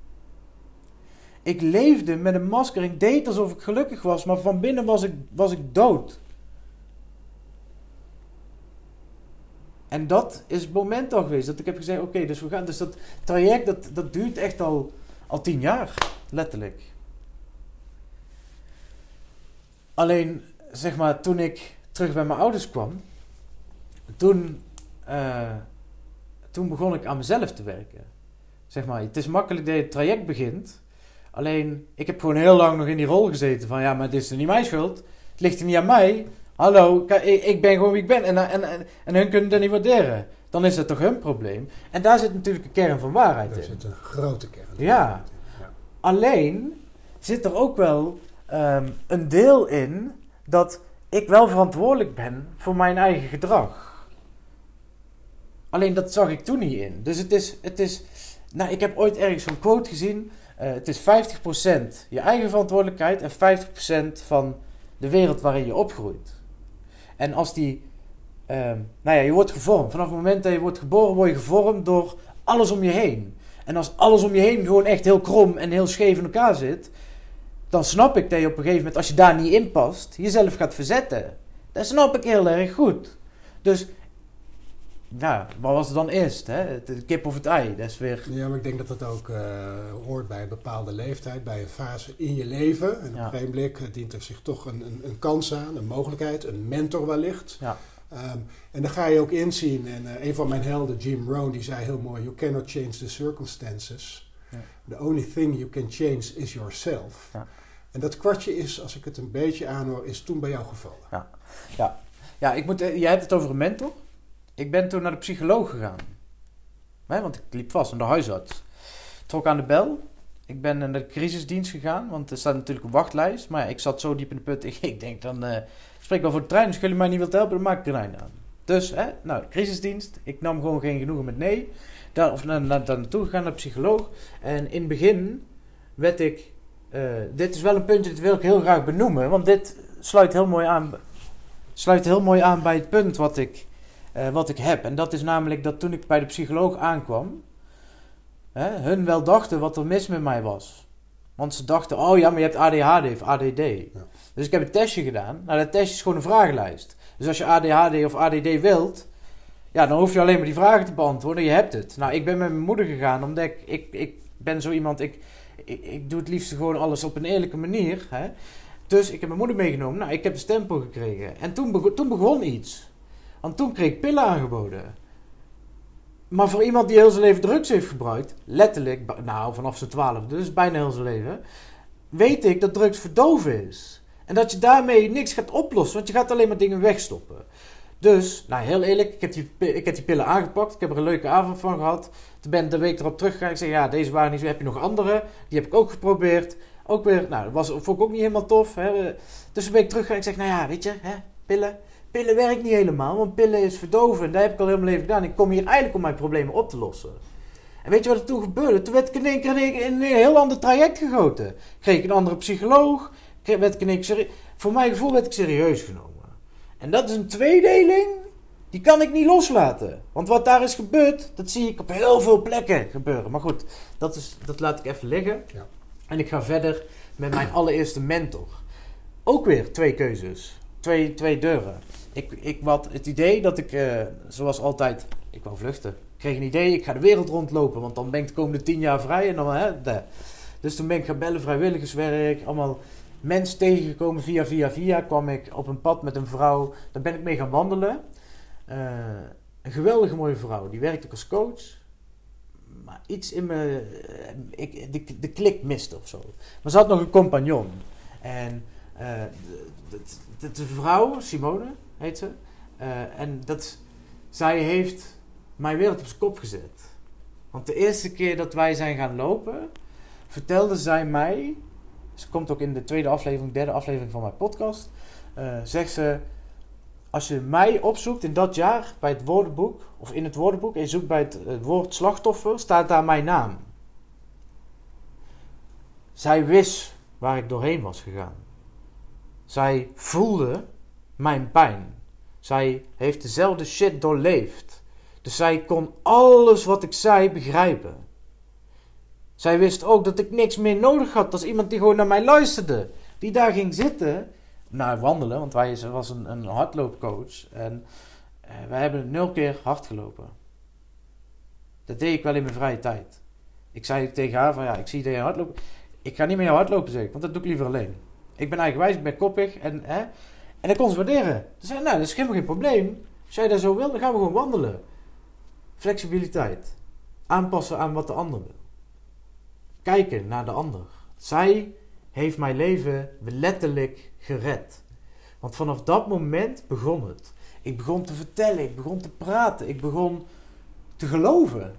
Ik leefde met een masker. Ik deed alsof ik gelukkig was, maar van binnen was ik dood. En dat is het moment al geweest dat ik heb gezegd, oké, dus we gaan. Dus dat traject, dat duurt echt al 10 jaar, letterlijk. Alleen, zeg maar, toen ik terug bij mijn ouders kwam, toen begon ik aan mezelf te werken. Zeg maar, het is makkelijk dat je het traject begint. Alleen, ik heb gewoon heel lang nog in die rol gezeten van, ja, maar dit is niet mijn schuld. Het ligt er niet aan mij. Hallo, ik ben gewoon wie ik ben. En hun kunnen dat niet waarderen. Dan is dat toch hun probleem. En daar zit natuurlijk een kern van waarheid in. Daar zit een grote kern van waarheid in. Ja. Alleen zit er ook wel een deel in dat ik wel verantwoordelijk ben voor mijn eigen gedrag. Alleen dat zag ik toen niet in. Dus het is nou, ik heb ooit ergens zo'n quote gezien. Het is 50% je eigen verantwoordelijkheid en 50% van de wereld waarin je opgroeit. En als je wordt gevormd. Vanaf het moment dat je wordt geboren, word je gevormd door alles om je heen. En als alles om je heen gewoon echt heel krom en heel scheef in elkaar zit, dan snap ik dat je op een gegeven moment, als je daar niet in past, jezelf gaat verzetten. Dat snap ik heel erg goed. Dus, ja, wat was het dan eerst? Hè? De kip of het ei? Dat is weer... Ja, maar ik denk dat dat ook hoort bij een bepaalde leeftijd, bij een fase in je leven. En op een gegeven moment dient er zich toch een kans aan, een mogelijkheid, een mentor wellicht. Ja. En daar ga je ook inzien. En een van mijn helden, Jim Rohn, die zei heel mooi, you cannot change the circumstances. Ja. The only thing you can change is yourself. Ja. En dat kwartje is, als ik het een beetje aanhoor, is toen bij jou gevallen. Ja, jij hebt het over een mentor. Ik ben toen naar de psycholoog gegaan. Want ik liep vast aan de huisarts. Trok aan de bel. Ik ben naar de crisisdienst gegaan, want er staat natuurlijk een wachtlijst. Maar ja, ik zat zo diep in de put. Ik denk, dan spreek ik wel voor de trein. Dus als jullie mij niet wilt helpen, dan maak ik er een einde aan. Dus, de crisisdienst. Ik nam gewoon geen genoegen met nee. Daar naartoe gegaan naar de psycholoog. En in het begin werd ik... dit is wel een puntje, dat wil ik heel graag benoemen. Want dit sluit heel mooi aan bij het punt wat ik heb. En dat is namelijk dat toen ik bij de psycholoog aankwam, hun wel dachten wat er mis met mij was. Want ze dachten, oh ja, maar je hebt ADHD of ADD. Ja. Dus ik heb een testje gedaan. Nou, dat testje is gewoon een vragenlijst. Dus als je ADHD of ADD wilt, ja, dan hoef je alleen maar die vragen te beantwoorden. Je hebt het. Nou, ik ben met mijn moeder gegaan, omdat ik ben zo iemand, ik doe het liefst gewoon alles op een eerlijke manier. Hè? Dus ik heb mijn moeder meegenomen. Nou, ik heb de stempel gekregen. En toen begon iets. Want toen kreeg ik pillen aangeboden. Maar voor iemand die heel zijn leven drugs heeft gebruikt, letterlijk, vanaf zijn 12, dus bijna heel zijn leven, weet ik dat drugs verdoven is. En dat je daarmee niks gaat oplossen, want je gaat alleen maar dingen wegstoppen. Dus, heel eerlijk, ik heb die pillen aangepakt, ik heb er een leuke avond van gehad. Toen ben ik de week erop teruggegaan, ik zei, ja, deze waren niet zo, heb je nog andere? Die heb ik ook geprobeerd. Ook weer, dat vond ik ook niet helemaal tof. Hè. Dus toen ben ik teruggegaan, ik zeg, nou ja, weet je, pillen werkt niet helemaal, want pillen is verdoven. En dat heb ik al heel mijn leven gedaan. Ik kom hier eigenlijk om mijn problemen op te lossen. En weet je wat er toen gebeurde? Toen werd ik in één keer in een heel ander traject gegoten. Kreeg ik een andere psycholoog. Voor mijn gevoel werd ik serieus genomen. En dat is een tweedeling, die kan ik niet loslaten. Want wat daar is gebeurd, dat zie ik op heel veel plekken gebeuren. Maar goed, dat laat ik even liggen. Ja. En ik ga verder met mijn allereerste mentor. ook weer 2 keuzes. Twee deuren. Ik had het idee dat ik, zoals altijd, ik wou vluchten. Ik kreeg een idee, ik ga de wereld rondlopen, want dan ben ik de komende 10 jaar vrij. En dan, Dus toen ben ik gaan bellen, vrijwilligerswerk, allemaal mensen tegengekomen. Via kwam ik op een pad met een vrouw. Daar ben ik mee gaan wandelen. Een geweldige mooie vrouw. Die werkte ook als coach. Maar iets in me... de klik miste of zo. Maar ze had nog een compagnon. En de vrouw, Simone heet ze. Zij heeft mijn wereld op zijn kop gezet. Want de eerste keer dat wij zijn gaan lopen, vertelde zij mij... Ze komt ook in de 3e aflevering van mijn podcast. Zegt ze... Als je mij opzoekt in dat jaar bij het woordenboek, of in het woordenboek, en je zoekt bij het woord slachtoffer, staat daar mijn naam. Zij wist waar ik doorheen was gegaan. Zij voelde mijn pijn. Zij heeft dezelfde shit doorleefd. Dus zij kon alles wat ik zei begrijpen. Zij wist ook dat ik niks meer nodig had als iemand die gewoon naar mij luisterde. Die daar ging zitten... naar wandelen, want ze was een hardloopcoach en wij hebben 0 keer hard gelopen. Dat deed ik wel in mijn vrije tijd. Ik zei tegen haar van ik zie dat je hardlopen. Ik ga niet meer hardlopen, zeg ik, want dat doe ik liever alleen. Ik ben eigenwijs, ik ben koppig en dat kon ze waarderen. Ze zei, dat is helemaal geen probleem. Als jij dat zo wil, dan gaan we gewoon wandelen. Flexibiliteit. Aanpassen aan wat de ander wil. Kijken naar de ander. Zij heeft mijn leven letterlijk gered. Want vanaf dat moment begon het. Ik begon te vertellen, ik begon te praten, ik begon te geloven.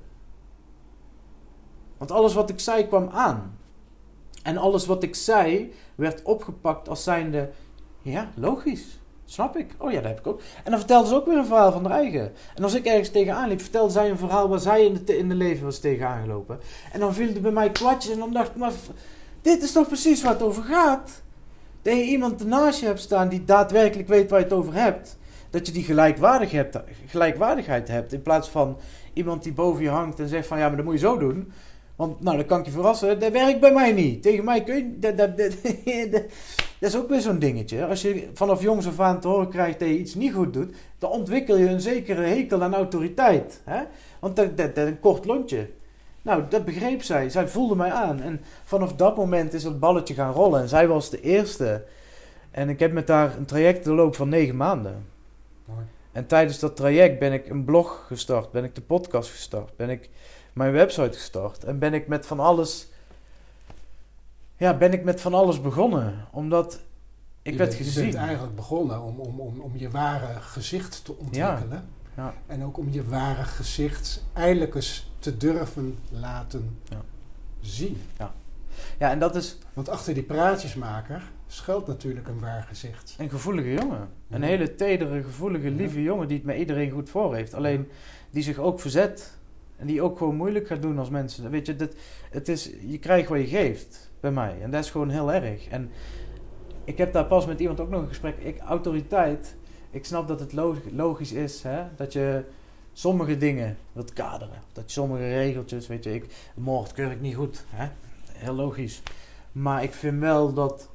Want alles wat ik zei kwam aan. En alles wat ik zei werd opgepakt als zijnde, ja, logisch, snap ik. Oh ja, dat heb ik ook. En dan vertelde ze ook weer een verhaal van haar eigen. En als ik ergens tegenaan liep, vertelde zij een verhaal waar zij in de leven was tegenaan gelopen. En dan viel er bij mij kwartjes en dan dacht ik, maar... Dit is toch precies waar het over gaat? Dat je iemand ernaast je hebt staan die daadwerkelijk weet waar je het over hebt. Dat je die gelijkwaardigheid hebt. In plaats van iemand die boven je hangt en zegt van ja, maar dat moet je zo doen. Want nou, dat kan ik je verrassen. Dat werkt bij mij niet. Tegen mij kun je... Dat is ook weer zo'n dingetje. Als je vanaf jongs af aan te horen krijgt dat je iets niet goed doet, dan ontwikkel je een zekere hekel aan autoriteit. Hè? Want dat is een kort lontje. Nou, dat begreep zij. Zij voelde mij aan. En vanaf dat moment is het balletje gaan rollen. En zij was de eerste. En ik heb met haar een traject doorlopen van 9 maanden. Mooi. En tijdens dat traject ben ik een blog gestart. Ben ik de podcast gestart. Ben ik mijn website gestart. En ben ik met van alles... Ja, ben ik met van alles begonnen. Omdat ik werd gezien. Je bent eigenlijk begonnen om je ware gezicht te ontwikkelen. Ja. Ja. En ook om je ware gezicht eindelijk eens te durven laten zien. Ja. Ja, en dat is... Want achter die praatjesmaker schuilt natuurlijk een waar gezicht. Een gevoelige jongen. Een hele tedere, gevoelige, lieve jongen die het met iedereen goed voor heeft. Alleen die zich ook verzet. En die ook gewoon moeilijk gaat doen als mensen. Weet je, je krijgt wat je geeft bij mij. En dat is gewoon heel erg. En ik heb daar pas met iemand ook nog een gesprek. Autoriteit... Ik snap dat het logisch is, hè, dat je sommige dingen wilt kaderen. Dat je sommige regeltjes, weet je, moord keur ik niet goed. Hè? Heel logisch. Maar ik vind wel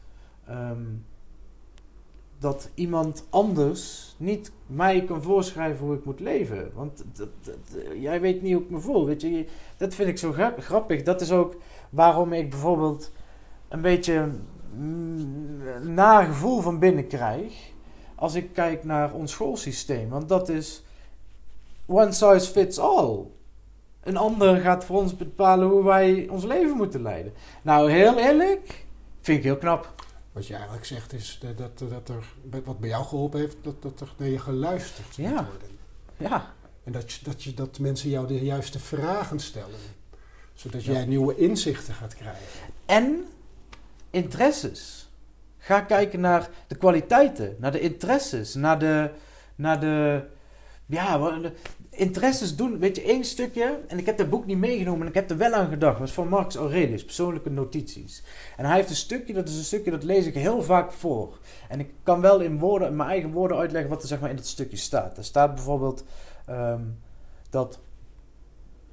dat iemand anders niet mij kan voorschrijven hoe ik moet leven. Want jij weet niet hoe ik me voel, weet je. Dat vind ik zo grappig. Dat is ook waarom ik bijvoorbeeld een beetje een naar gevoel van binnen krijg... Als ik kijk naar ons schoolsysteem. Want dat is one size fits all. Een ander gaat voor ons bepalen hoe wij ons leven moeten leiden. Nou, heel eerlijk, vind ik heel knap. Wat je eigenlijk zegt is dat er, wat bij jou geholpen heeft, dat er naar je geluisterd moet worden. Ja. En dat mensen jou de juiste vragen stellen. Zodat jij nieuwe inzichten gaat krijgen. En interesses. Ga kijken naar de kwaliteiten, naar de interesses, naar de interesses doen. Weet je, 1 stukje, en ik heb dat boek niet meegenomen en ik heb er wel aan gedacht. Dat is van Marcus Aurelius, persoonlijke notities. En hij heeft een stukje, dat lees ik heel vaak voor. En ik kan wel in mijn eigen woorden uitleggen wat er zeg maar in dat stukje staat. Er staat bijvoorbeeld dat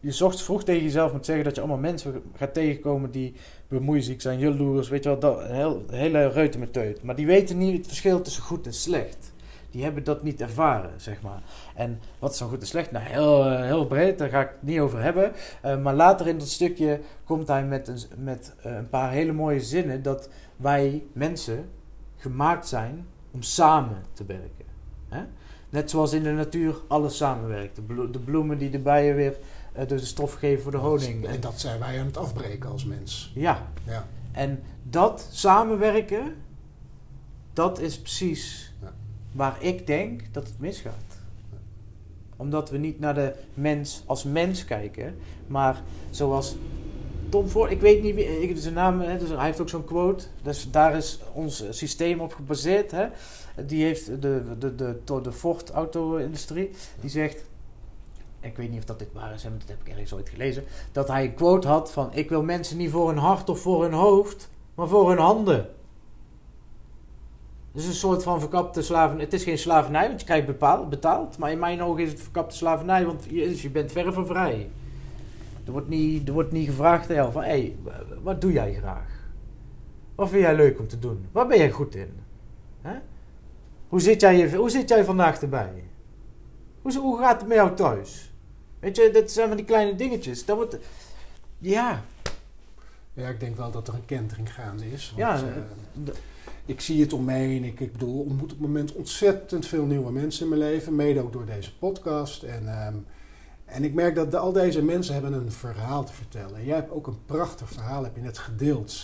je 's ochtends vroeg tegen jezelf moet zeggen dat je allemaal mensen gaat tegenkomen die bemoeiziek zijn, jaloers, weet je wel, dat, hele reuten met teut. Maar die weten niet het verschil tussen goed en slecht. Die hebben dat niet ervaren, zeg maar. En wat is dan goed en slecht? Nou, heel breed, daar ga ik het niet over hebben. Maar later in dat stukje komt hij met een paar hele mooie zinnen dat wij mensen gemaakt zijn om samen te werken. Hè? Net zoals in de natuur alles samenwerkt. De bloemen die de bijen weer de stof geven voor de honing. En dat zijn wij aan het afbreken als mens. Ja. Ja. En dat samenwerken, dat is precies waar ik denk dat het misgaat. Omdat we niet naar de mens als mens kijken, maar zoals Tom Ford, ik weet niet wie, zijn naam, hè, dus hij heeft ook zo'n quote, dus daar is ons systeem op gebaseerd. Hè. Die heeft de Ford auto-industrie, die zegt, ik weet niet of dat dit waar is, maar dat heb ik ergens ooit gelezen, dat hij een quote had van, ik wil mensen niet voor hun hart of voor hun hoofd, maar voor hun handen. Het is een soort van verkapte slavernij. Het is geen slavernij, want je krijgt betaald. Maar in mijn ogen is het verkapte slavernij, want je bent verre van vrij. Er wordt niet gevraagd aan jou van, hé, wat doe jij graag? Wat vind jij leuk om te doen? Waar ben jij goed in? Hè? Hoe zit jij vandaag erbij? Hoe gaat het met jou thuis? Weet je, dat zijn van die kleine dingetjes. Dat wordt... Ja. Ja, ik denk wel dat er een kentering gaande is. Want, Ja, ik zie het om me heen. Ik bedoel, ontmoet op het moment ontzettend veel nieuwe mensen in mijn leven. Mede ook door deze podcast. En ik merk dat al deze mensen hebben een verhaal te vertellen. En jij hebt ook een prachtig verhaal, heb je net gedeeld.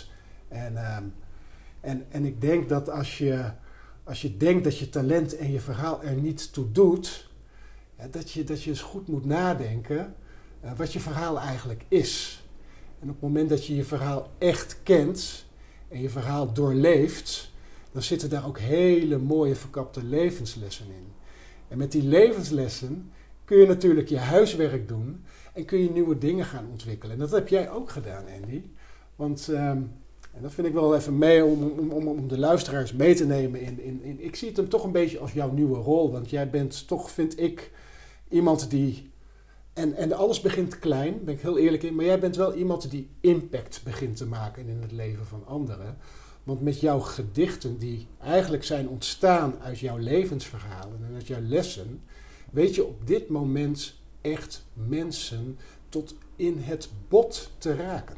En ik denk dat als je denkt dat je talent en je verhaal er niet toe doet, dat je eens goed moet nadenken wat je verhaal eigenlijk is. En op het moment dat je je verhaal echt kent en je verhaal doorleeft, dan zitten daar ook hele mooie verkapte levenslessen in. En met die levenslessen kun je natuurlijk je huiswerk doen en kun je nieuwe dingen gaan ontwikkelen. En dat heb jij ook gedaan, Andy. Want, en dat vind ik wel even mee om de luisteraars mee te nemen in. Ik zie het hem toch een beetje als jouw nieuwe rol. Want jij bent toch, vind ik, iemand die... En alles begint klein, daar ben ik heel eerlijk in. Maar jij bent wel iemand die impact begint te maken in het leven van anderen. Want met jouw gedichten, die eigenlijk zijn ontstaan uit jouw levensverhalen en uit jouw lessen, weet je op dit moment echt mensen tot in het bot te raken.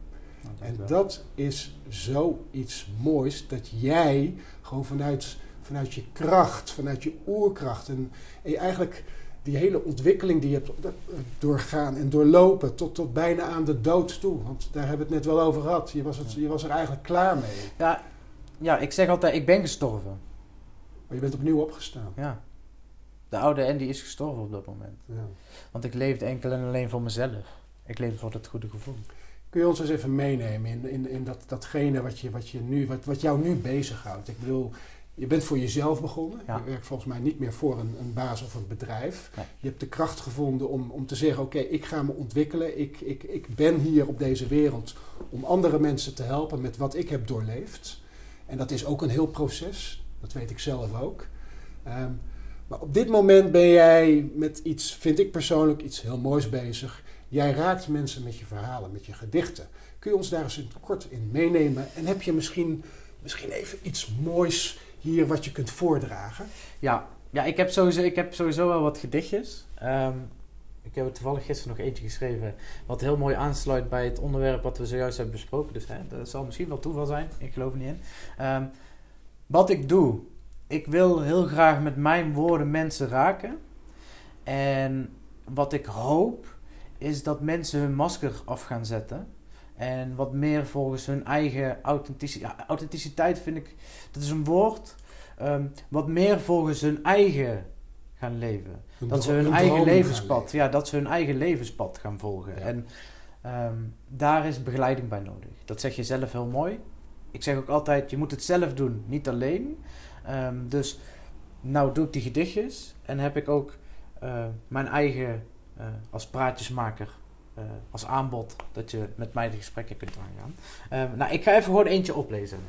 En dat is zoiets moois, dat jij gewoon vanuit je kracht, vanuit je oerkracht en je eigenlijk die hele ontwikkeling die je hebt doorgaan en doorlopen tot bijna aan de dood toe. Want daar hebben we het net wel over gehad. Je was er eigenlijk klaar mee. Ja, ik zeg altijd, ik ben gestorven. Maar je bent opnieuw opgestaan. Ja. De oude Andy is gestorven op dat moment. Ja. Want ik leefde enkel en alleen voor mezelf. Ik leefde voor dat goede gevoel. Kun je ons eens even meenemen in datgene wat jou nu bezighoudt? Ik bedoel, je bent voor jezelf begonnen. Ja. Je werkt volgens mij niet meer voor een baas of een bedrijf. Nee. Je hebt de kracht gevonden om te zeggen, oké, ik ga me ontwikkelen. Ik ben hier op deze wereld om andere mensen te helpen met wat ik heb doorleefd. En dat is ook een heel proces. Dat weet ik zelf ook. Maar op dit moment ben jij met iets, vind ik persoonlijk, iets heel moois bezig. Jij raakt mensen met je verhalen, met je gedichten. Kun je ons daar eens kort in meenemen? En heb je misschien even iets moois hier wat je kunt voordragen? Ja, ik heb sowieso wel wat gedichtjes. Ik heb er toevallig gisteren nog eentje geschreven wat heel mooi aansluit bij het onderwerp wat we zojuist hebben besproken. Dus dat zal misschien wel toeval zijn. Ik geloof er niet in. Wat ik doe. Ik wil heel graag met mijn woorden mensen raken. En wat ik hoop is dat mensen hun masker af gaan zetten. En wat meer volgens hun eigen authenticiteit vind ik, dat is een woord. Wat meer volgens hun eigen gaan leven. Dat ze hun eigen levenspad, dat ze hun eigen levenspad gaan volgen. Ja. En daar is begeleiding bij nodig. Dat zeg je zelf heel mooi. Ik zeg ook altijd, je moet het zelf doen, niet alleen. Dus nou doe ik die gedichtjes en heb ik ook mijn eigen als praatjesmaker als aanbod dat je met mij de gesprekken kunt aangaan. Ik ga even gewoon eentje oplezen.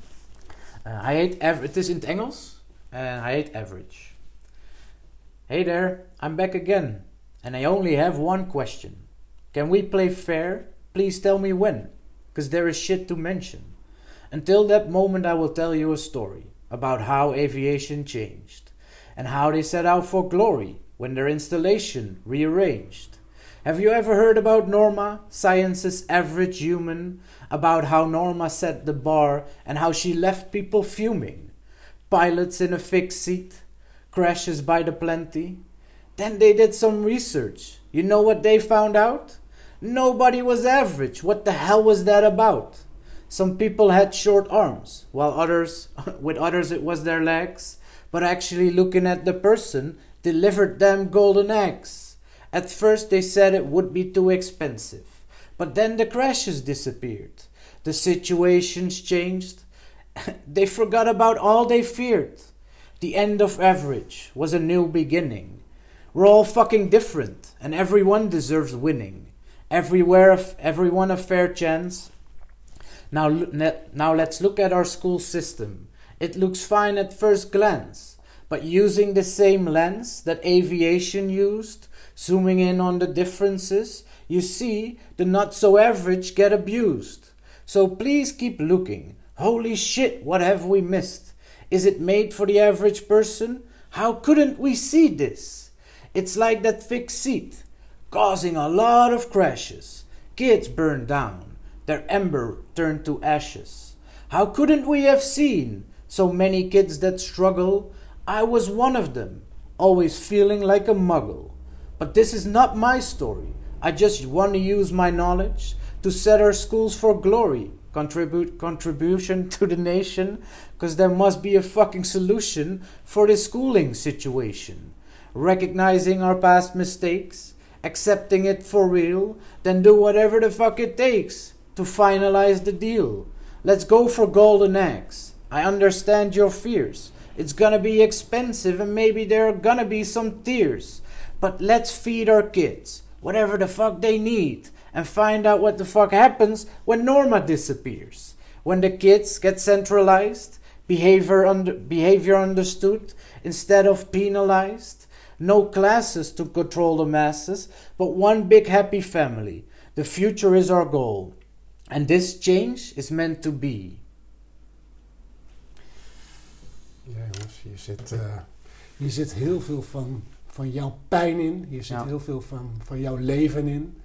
Hij heet het is in het Engels en hij heet Average. Hey there, I'm back again and I only have one question. Can we play fair? Please tell me when, 'cause there is shit to mention. Until that moment I will tell you a story about how aviation changed, and how they set out for glory when their installation rearranged. Have you ever heard about Norma, science's average human? About how Norma set the bar and how she left people fuming? Pilots in a fixed seat, crashes by the plenty. Then they did some research. You know what they found out? Nobody was average. What the hell was that about? Some people had short arms, while with others it was their legs. But actually looking at the person delivered them golden eggs. At first they said it would be too expensive, but then the crashes disappeared. The situations changed. They forgot about all they feared. The end of average was a new beginning. We're all fucking different, and everyone deserves winning. Everyone a fair chance. Now let's look at our school system. It looks fine at first glance, but using the same lens that aviation used, zooming in on the differences, you see the not-so-average get abused. So please keep looking. Holy shit, what have we missed? Is it made for the average person? How couldn't we see this? It's like that fixed seat, causing a lot of crashes. Kids burned down, their ember turned to ashes. How couldn't we have seen so many kids that struggle? I was one of them, always feeling like a muggle. But this is not my story. I just want to use my knowledge to set our schools for glory. Contribution to the nation, because there must be a fucking solution for this schooling situation. Recognizing our past mistakes, accepting it for real, then do whatever the fuck it takes to finalize the deal. Let's go for golden eggs. I understand your fears. It's gonna be expensive and maybe there are gonna be some tears. But let's feed our kids whatever the fuck they need and find out what the fuck happens when Norma disappears. When the kids get centralized, behavior understood instead of penalized. No classes to control the masses, but one big happy family. The future is our goal. And this change is meant to be. Ja jongens, hier zit heel veel van jouw pijn in. Hier zit heel veel van jouw leven in.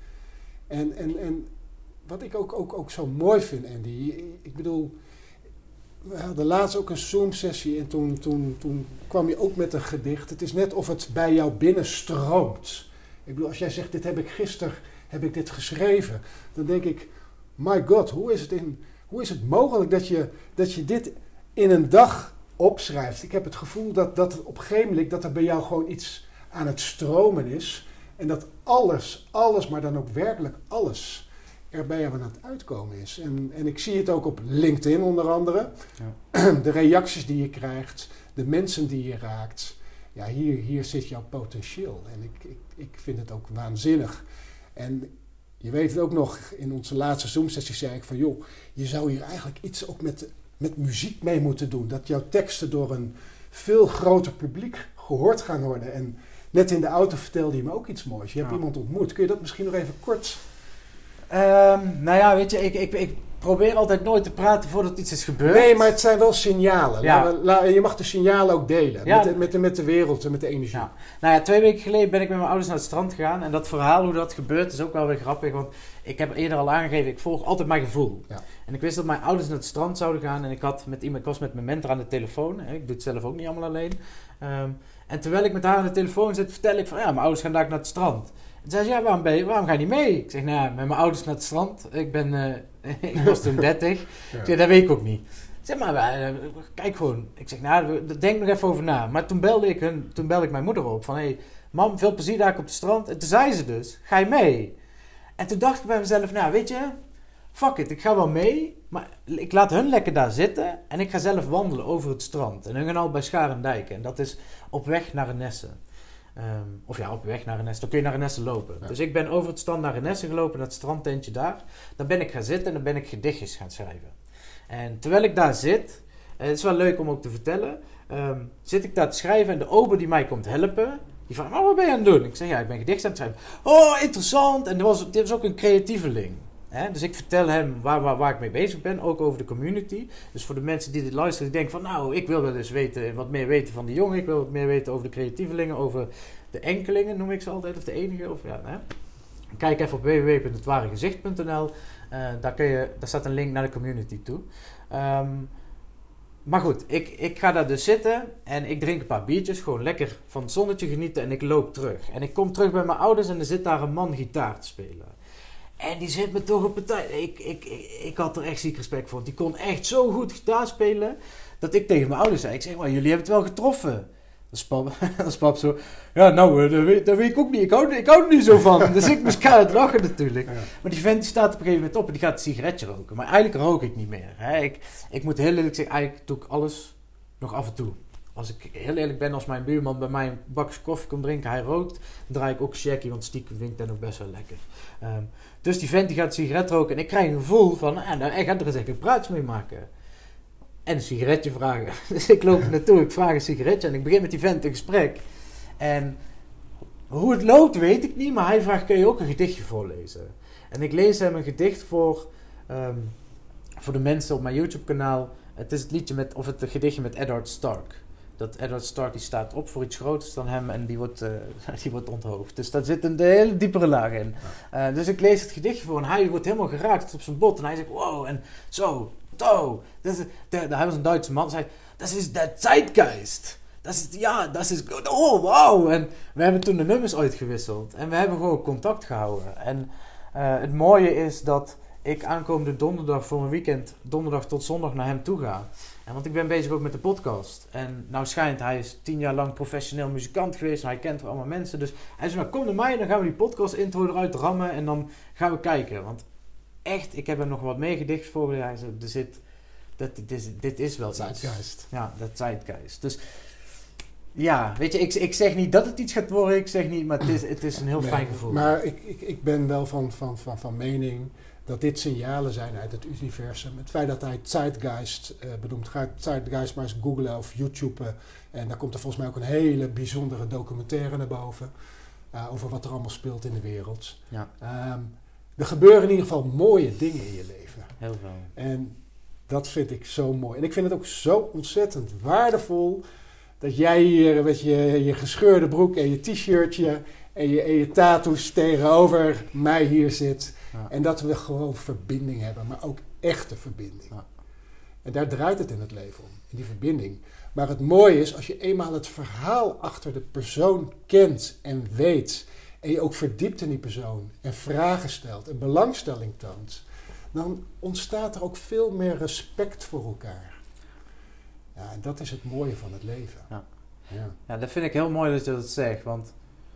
En wat ik ook zo mooi vind, Andy. Ik bedoel, we hadden laatst ook een Zoom-sessie en toen kwam je ook met een gedicht. Het is net of het bij jou binnenstroomt. Ik bedoel, als jij zegt, gisteren heb ik dit geschreven. Dan denk ik, my god, hoe is het mogelijk dat je dit in een dag opschrijft? Ik heb het gevoel dat op een gegeven moment dat er bij jou gewoon iets aan het stromen is. En dat alles, maar dan ook werkelijk alles er bij jou aan het uitkomen is. En ik zie het ook op LinkedIn onder andere. Ja. De reacties die je krijgt, de mensen die je raakt. Ja, hier zit jouw potentieel. En ik vind het ook waanzinnig. En je weet het ook nog, in onze laatste Zoom-sessie zei ik van, joh, je zou hier eigenlijk iets ook met muziek mee moeten doen. Dat jouw teksten door een veel groter publiek gehoord gaan worden. En net in de auto vertelde je me ook iets moois. Je hebt iemand ontmoet. Kun je dat misschien nog even kort... Nou ja, weet je, ik probeer altijd nooit te praten voordat iets is gebeurd. Nee, maar het zijn wel signalen. Ja. Je mag de signalen ook delen. Ja. Met de wereld en met de energie. Ja. Nou ja, 2 weken geleden ben ik met mijn ouders naar het strand gegaan. En dat verhaal, hoe dat gebeurt, is ook wel weer grappig. Want ik heb eerder al aangegeven, ik volg altijd mijn gevoel. Ja. En ik wist dat mijn ouders naar het strand zouden gaan. En ik was met mijn mentor aan de telefoon. Ik doe het zelf ook niet allemaal alleen. En terwijl ik met haar aan de telefoon zit, vertel ik van, ja, mijn ouders gaan daar naar het strand. En zei ze, ja, waarom ga je niet mee? Ik zeg, nou, met mijn ouders naar het strand. Ik was toen 30. Ja. Ik zeg, dat weet ik ook niet. Ik zeg, maar kijk gewoon. Ik zeg, nou, denk nog even over na. Maar toen belde ik mijn moeder op. Van, hé, mam, veel plezier daar op het strand. En toen zei ze dus, ga je mee? En toen dacht ik bij mezelf, nou, weet je, fuck it, ik ga wel mee. Maar ik laat hun lekker daar zitten. En ik ga zelf wandelen over het strand. En hun gaan al bij Scharendijk. En dat is op weg naar Renesse. Op weg naar Renesse. Dan kun je naar Renesse lopen. Ja. Dus ik ben over het strand naar Renesse gelopen, naar het strandtentje daar. Dan ben ik gaan zitten en dan ben ik gedichtjes gaan schrijven. En terwijl ik daar zit, het is wel leuk om ook te vertellen, zit ik daar te schrijven en de ober die mij komt helpen, Die vraagt, wat ben je aan het doen? Ik zeg, ja, ik ben gedicht aan het schrijven. Oh, interessant. En dit was ook een creatieveling. Hè? Dus ik vertel hem waar ik mee bezig ben, ook over de community. Dus voor de mensen die dit luisteren, die denken van, nou, ik wil wel eens wat meer weten van die jongen. Ik wil wat meer weten over de creatievelingen, over de enkelingen, noem ik ze altijd, of de enige. Of, ja, hè? Kijk even op www.hetwaregezicht.nl. Daar staat een link naar de community toe. Maar goed, ik ga daar dus zitten en ik drink een paar biertjes, gewoon lekker van het zonnetje genieten en ik loop terug. En ik kom terug bij mijn ouders en er zit daar een man gitaar te spelen. En die zit me toch op een tijd. Ik had er echt ziek respect voor. Die kon echt zo goed gitaar spelen dat ik tegen mijn ouders zei, ik zeg, maar jullie hebben het wel getroffen. Dat is pap zo, ja nou, dat weet ik ook niet. Ik hou er niet zo van. Dus ik moest keihard lachen natuurlijk. Ja. Maar die vent die staat op een gegeven moment op en die gaat een sigaretje roken. Maar eigenlijk rook ik niet meer. Hè. Ik moet heel eerlijk zeggen, eigenlijk doe ik alles nog af en toe. Als ik heel eerlijk ben, als mijn buurman bij mij een bakje koffie komt drinken, hij rookt, dan draai ik ook shaggy, want stiekem vind ik dat nog best wel lekker. Dus die vent die gaat een sigaret roken en ik krijg een gevoel van, hij gaat er eens echt een praatje mee maken. En een sigaretje vragen. Dus ik loop er naartoe, ik vraag een sigaretje en ik begin met die vent een gesprek. En hoe het loopt weet ik niet, maar hij vraagt, kun je ook een gedichtje voorlezen? En ik lees hem een gedicht voor de mensen op mijn YouTube kanaal. Het is het liedje het gedichtje met Eddard Stark. Dat Eddard Stark die staat op voor iets groters dan hem en die wordt onthoofd. Dus daar zit een hele diepere laag in. Ja. Dus ik lees het gedichtje voor en hij wordt helemaal geraakt op zijn bot. En hij zegt, wow, en zo, to. Hij was een Duitse man, zei, dat is de Zeitgeist. Dat is goed. Oh, wow. En we hebben toen de nummers uitgewisseld. En we hebben gewoon contact gehouden. En het mooie is dat ik aankomende donderdag voor mijn weekend, donderdag tot zondag naar hem toe ga. Want ik ben bezig ook met de podcast. En nou schijnt, hij is 10 jaar lang professioneel muzikant geweest. En hij kent allemaal mensen. Dus hij zei, nou kom naar mij, dan gaan we die podcast intro eruit rammen. En dan gaan we kijken. Want echt, ik heb hem nog wat meer gedichten voorgelezen. Hij zei, dit is wel Zeitgeist. Ja, dat Zeitgeist. Dus ja, weet je, ik zeg niet dat het iets gaat worden. Ik zeg niet, maar het is een heel fijn gevoel. Maar ik ben wel van mening dat dit signalen zijn uit het universum. Het feit dat hij Zeitgeist benoemt. Ga Zeitgeist maar eens googlen of YouTuben. En daar komt er volgens mij ook een hele bijzondere documentaire naar boven. Over wat er allemaal speelt in de wereld. Ja. Er gebeuren in ieder geval mooie dingen in je leven. Heel veel. En dat vind ik zo mooi. En ik vind het ook zo ontzettend waardevol dat jij hier met je gescheurde broek en je t-shirtje en je tattoos tegenover mij hier zit. Ja. En dat we gewoon verbinding hebben, maar ook echte verbinding. Ja. En daar draait het in het leven om, in die verbinding. Maar het mooie is, als je eenmaal het verhaal achter de persoon kent en weet, en je ook verdiept in die persoon en vragen stelt en belangstelling toont, dan ontstaat er ook veel meer respect voor elkaar. Ja, en dat is het mooie van het leven. Ja. Ja, dat vind ik heel mooi dat je dat zegt, want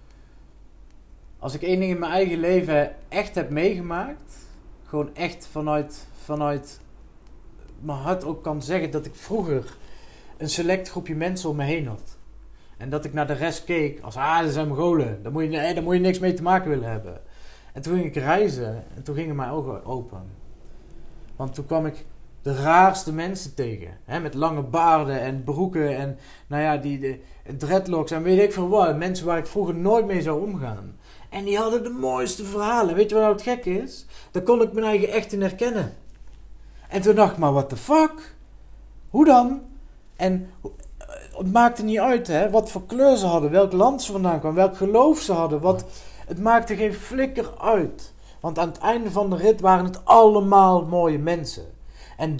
als ik één ding in mijn eigen leven echt heb meegemaakt, gewoon echt vanuit mijn hart ook kan zeggen dat ik vroeger een select groepje mensen om me heen had. En dat ik naar de rest keek als, dat zijn Mongolen, daar moet je niks mee te maken willen hebben. En toen ging ik reizen en toen gingen mijn ogen open. Want toen kwam ik de raarste mensen tegen. Hè, met lange baarden en broeken en die dreadlocks en weet ik veel wat. Mensen waar ik vroeger nooit mee zou omgaan. En die hadden de mooiste verhalen. Weet je wat nou het gek is? Daar kon ik mijn eigen echt in herkennen. En toen dacht ik, maar what the fuck? Hoe dan? En het maakte niet uit hè, wat voor kleur ze hadden, welk land ze vandaan kwamen, welk geloof ze hadden. Het maakte geen flikker uit. Want aan het einde van de rit waren het allemaal mooie mensen. En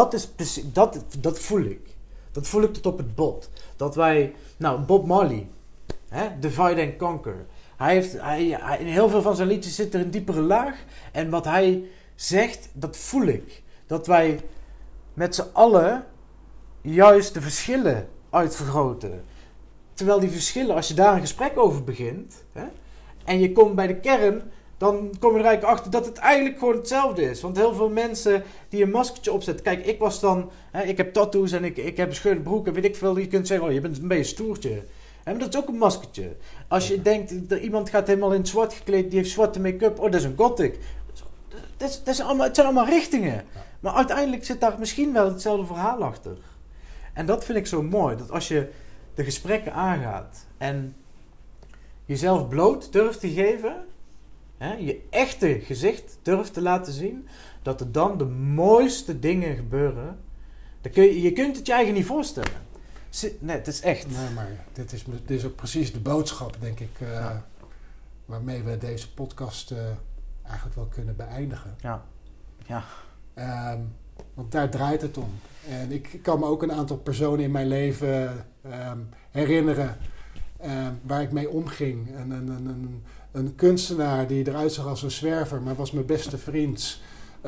dat voel ik. Dat voel ik tot op het bot. Dat wij, Bob Marley, Divide and Conquer. In heel veel van zijn liedjes zit er een diepere laag. En wat hij zegt, dat voel ik. Dat wij met z'n allen juist de verschillen uitvergroten. Terwijl die verschillen, als je daar een gesprek over begint, en je komt bij de kern, dan kom je er eigenlijk achter dat het eigenlijk gewoon hetzelfde is. Want heel veel mensen die een maskertje opzetten. Kijk, ik was dan, ik heb tattoos en ik heb een scheurde broek en weet ik veel. Je kunt zeggen, je bent een beetje stoertje. Maar dat is ook een maskertje. Als je denkt, dat iemand gaat helemaal in het zwart gekleed, die heeft zwarte make-up. Oh, dat is een gothic. Het zijn allemaal richtingen. Ja. Maar uiteindelijk zit daar misschien wel hetzelfde verhaal achter. En dat vind ik zo mooi. Dat als je de gesprekken aangaat en jezelf bloot durft te geven, hè, je echte gezicht durft te laten zien, dat er dan de mooiste dingen gebeuren. Je kunt het je eigen niet voorstellen. Nee, het is echt. Nee, maar dit is ook precies de boodschap, denk ik, waarmee we deze podcast eigenlijk wel kunnen beëindigen. Ja. Want daar draait het om. En ik kan me ook een aantal personen in mijn leven herinneren waar ik mee omging. Een kunstenaar die eruit zag als een zwerver, maar was mijn beste vriend.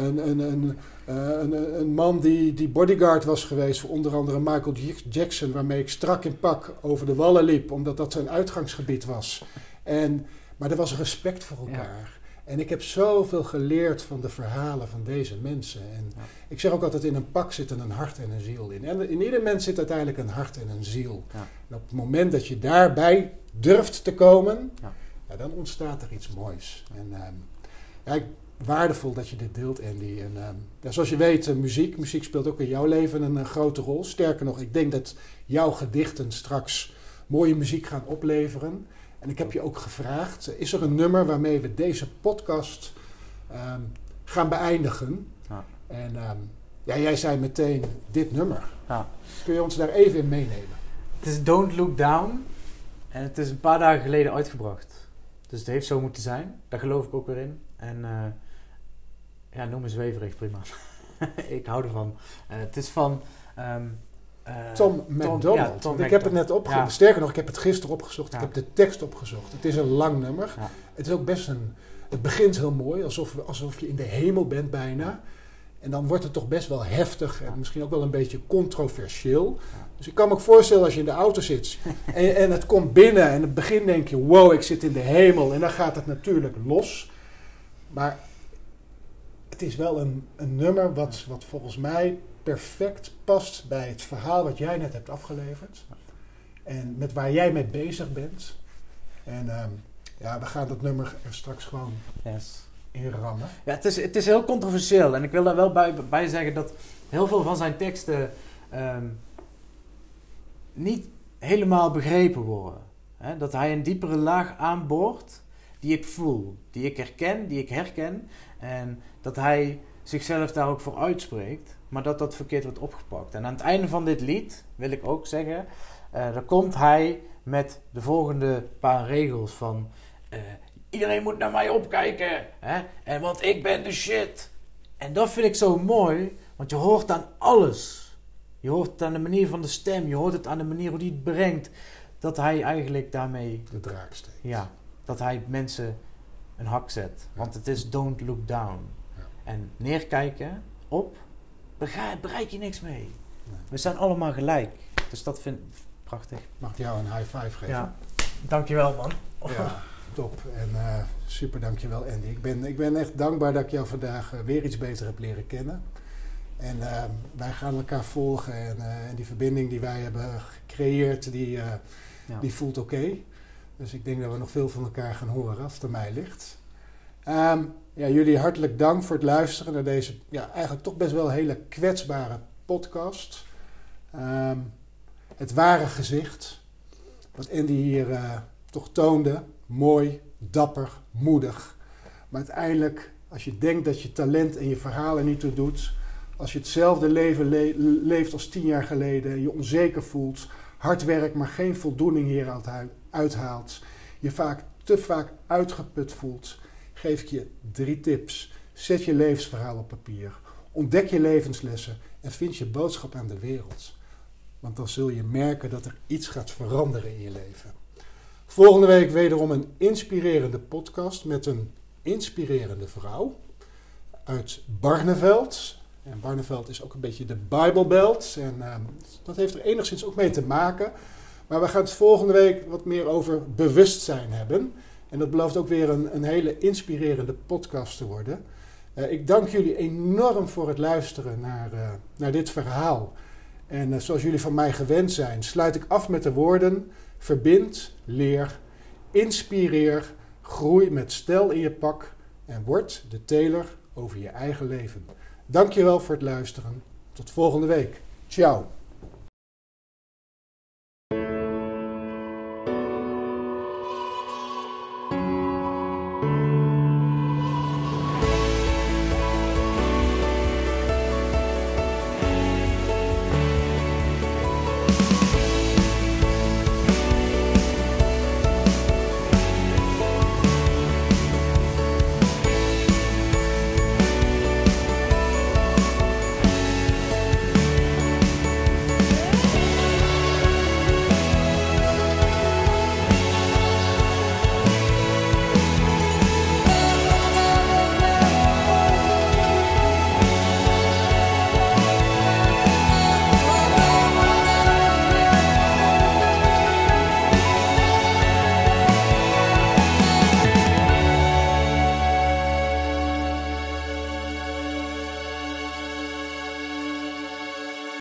Een man die bodyguard was geweest voor onder andere Michael Jackson, waarmee ik strak in pak over de wallen liep, omdat dat zijn uitgangsgebied was. Maar er was respect voor elkaar. Ja. En ik heb zoveel geleerd van de verhalen van deze mensen. En ik zeg ook altijd, in een pak zit een hart en een ziel in. En in ieder mens zit uiteindelijk een hart en een ziel. Ja. En op het moment dat je daarbij durft te komen, dan ontstaat er iets moois. En waardevol dat je dit deelt, Andy. En zoals je weet, muziek speelt ook in jouw leven een grote rol. Sterker nog, ik denk dat jouw gedichten straks mooie muziek gaan opleveren. En ik heb je ook gevraagd, is er een nummer waarmee we deze podcast gaan beëindigen? Ja. En jij zei meteen dit nummer. Ja. Kun je ons daar even in meenemen? Het is Don't Look Down. En het is een paar dagen geleden uitgebracht. Dus het heeft zo moeten zijn. Daar geloof ik ook weer in. En noem me zweverig, prima. Ik hou ervan. Het is van... Tom MacDonald. Ik heb het net opgezocht. Ja. Sterker nog, ik heb het gisteren opgezocht. Ja. Ik heb de tekst opgezocht. Het is een lang nummer. Ja. Het is ook best het begint heel mooi, alsof je in de hemel bent bijna. En dan wordt het toch best wel heftig en misschien ook wel een beetje controversieel. Ja. Dus ik kan me ook voorstellen als je in de auto zit en het komt binnen en in het begin denk je, wow, ik zit in de hemel. En dan gaat het natuurlijk los. Maar het is wel een nummer wat volgens mij perfect past bij het verhaal wat jij net hebt afgeleverd. En met waar jij mee bezig bent. En we gaan dat nummer er straks gewoon in rammen. Ja, het is heel controversieel. En ik wil daar wel bij zeggen dat heel veel van zijn teksten niet helemaal begrepen worden. Hè? Dat hij een diepere laag aanboort die ik voel, die ik herken, die ik herken. En dat hij zichzelf daar ook voor uitspreekt, maar dat verkeerd wordt opgepakt. En aan het einde van dit lied, wil ik ook zeggen, dan komt hij met de volgende paar regels van... iedereen moet naar mij opkijken, hè? Want ik ben de shit. En dat vind ik zo mooi, want je hoort aan alles. Je hoort het aan de manier van de stem, je hoort het aan de manier hoe hij het brengt, dat hij eigenlijk daarmee... de draak steekt. Ja, dat hij mensen een hak zet. Want het is don't look down. Ja. En neerkijken op, bereik je niks mee. Nee. We zijn allemaal gelijk. Dus dat vind ik prachtig. Mag ik jou een high five geven? Ja, dankjewel man. Ja, top. En super dankjewel Andy. Ik ben echt dankbaar dat ik jou vandaag weer iets beter heb leren kennen. En wij gaan elkaar volgen. En die verbinding die wij hebben gecreëerd, die voelt oké. Dus ik denk dat we nog veel van elkaar gaan horen als het aan mij ligt. Jullie hartelijk dank voor het luisteren naar deze eigenlijk toch best wel hele kwetsbare podcast. Het ware gezicht, wat Andy hier toch toonde, mooi, dapper, moedig. Maar uiteindelijk, als je denkt dat je talent en je verhalen niet toe doet, als je hetzelfde leven leeft als 10 jaar geleden, je onzeker voelt, hard werkt, maar geen voldoening hieruit uithaalt, je te vaak uitgeput voelt, geef ik je 3 tips. Zet je levensverhaal op papier. Ontdek je levenslessen en vind je boodschap aan de wereld. Want dan zul je merken dat er iets gaat veranderen in je leven. Volgende week wederom een inspirerende podcast met een inspirerende vrouw uit Barneveld. En Barneveld is ook een beetje de Bijbelbelt. En dat heeft er enigszins ook mee te maken. Maar we gaan het volgende week wat meer over bewustzijn hebben. En dat belooft ook weer een hele inspirerende podcast te worden. Ik dank jullie enorm voor het luisteren naar dit verhaal. En zoals jullie van mij gewend zijn, sluit ik af met de woorden: verbind, leer, inspireer, groei met stijl in je pak en word de teler over je eigen leven. Dankjewel voor het luisteren. Tot volgende week. Ciao.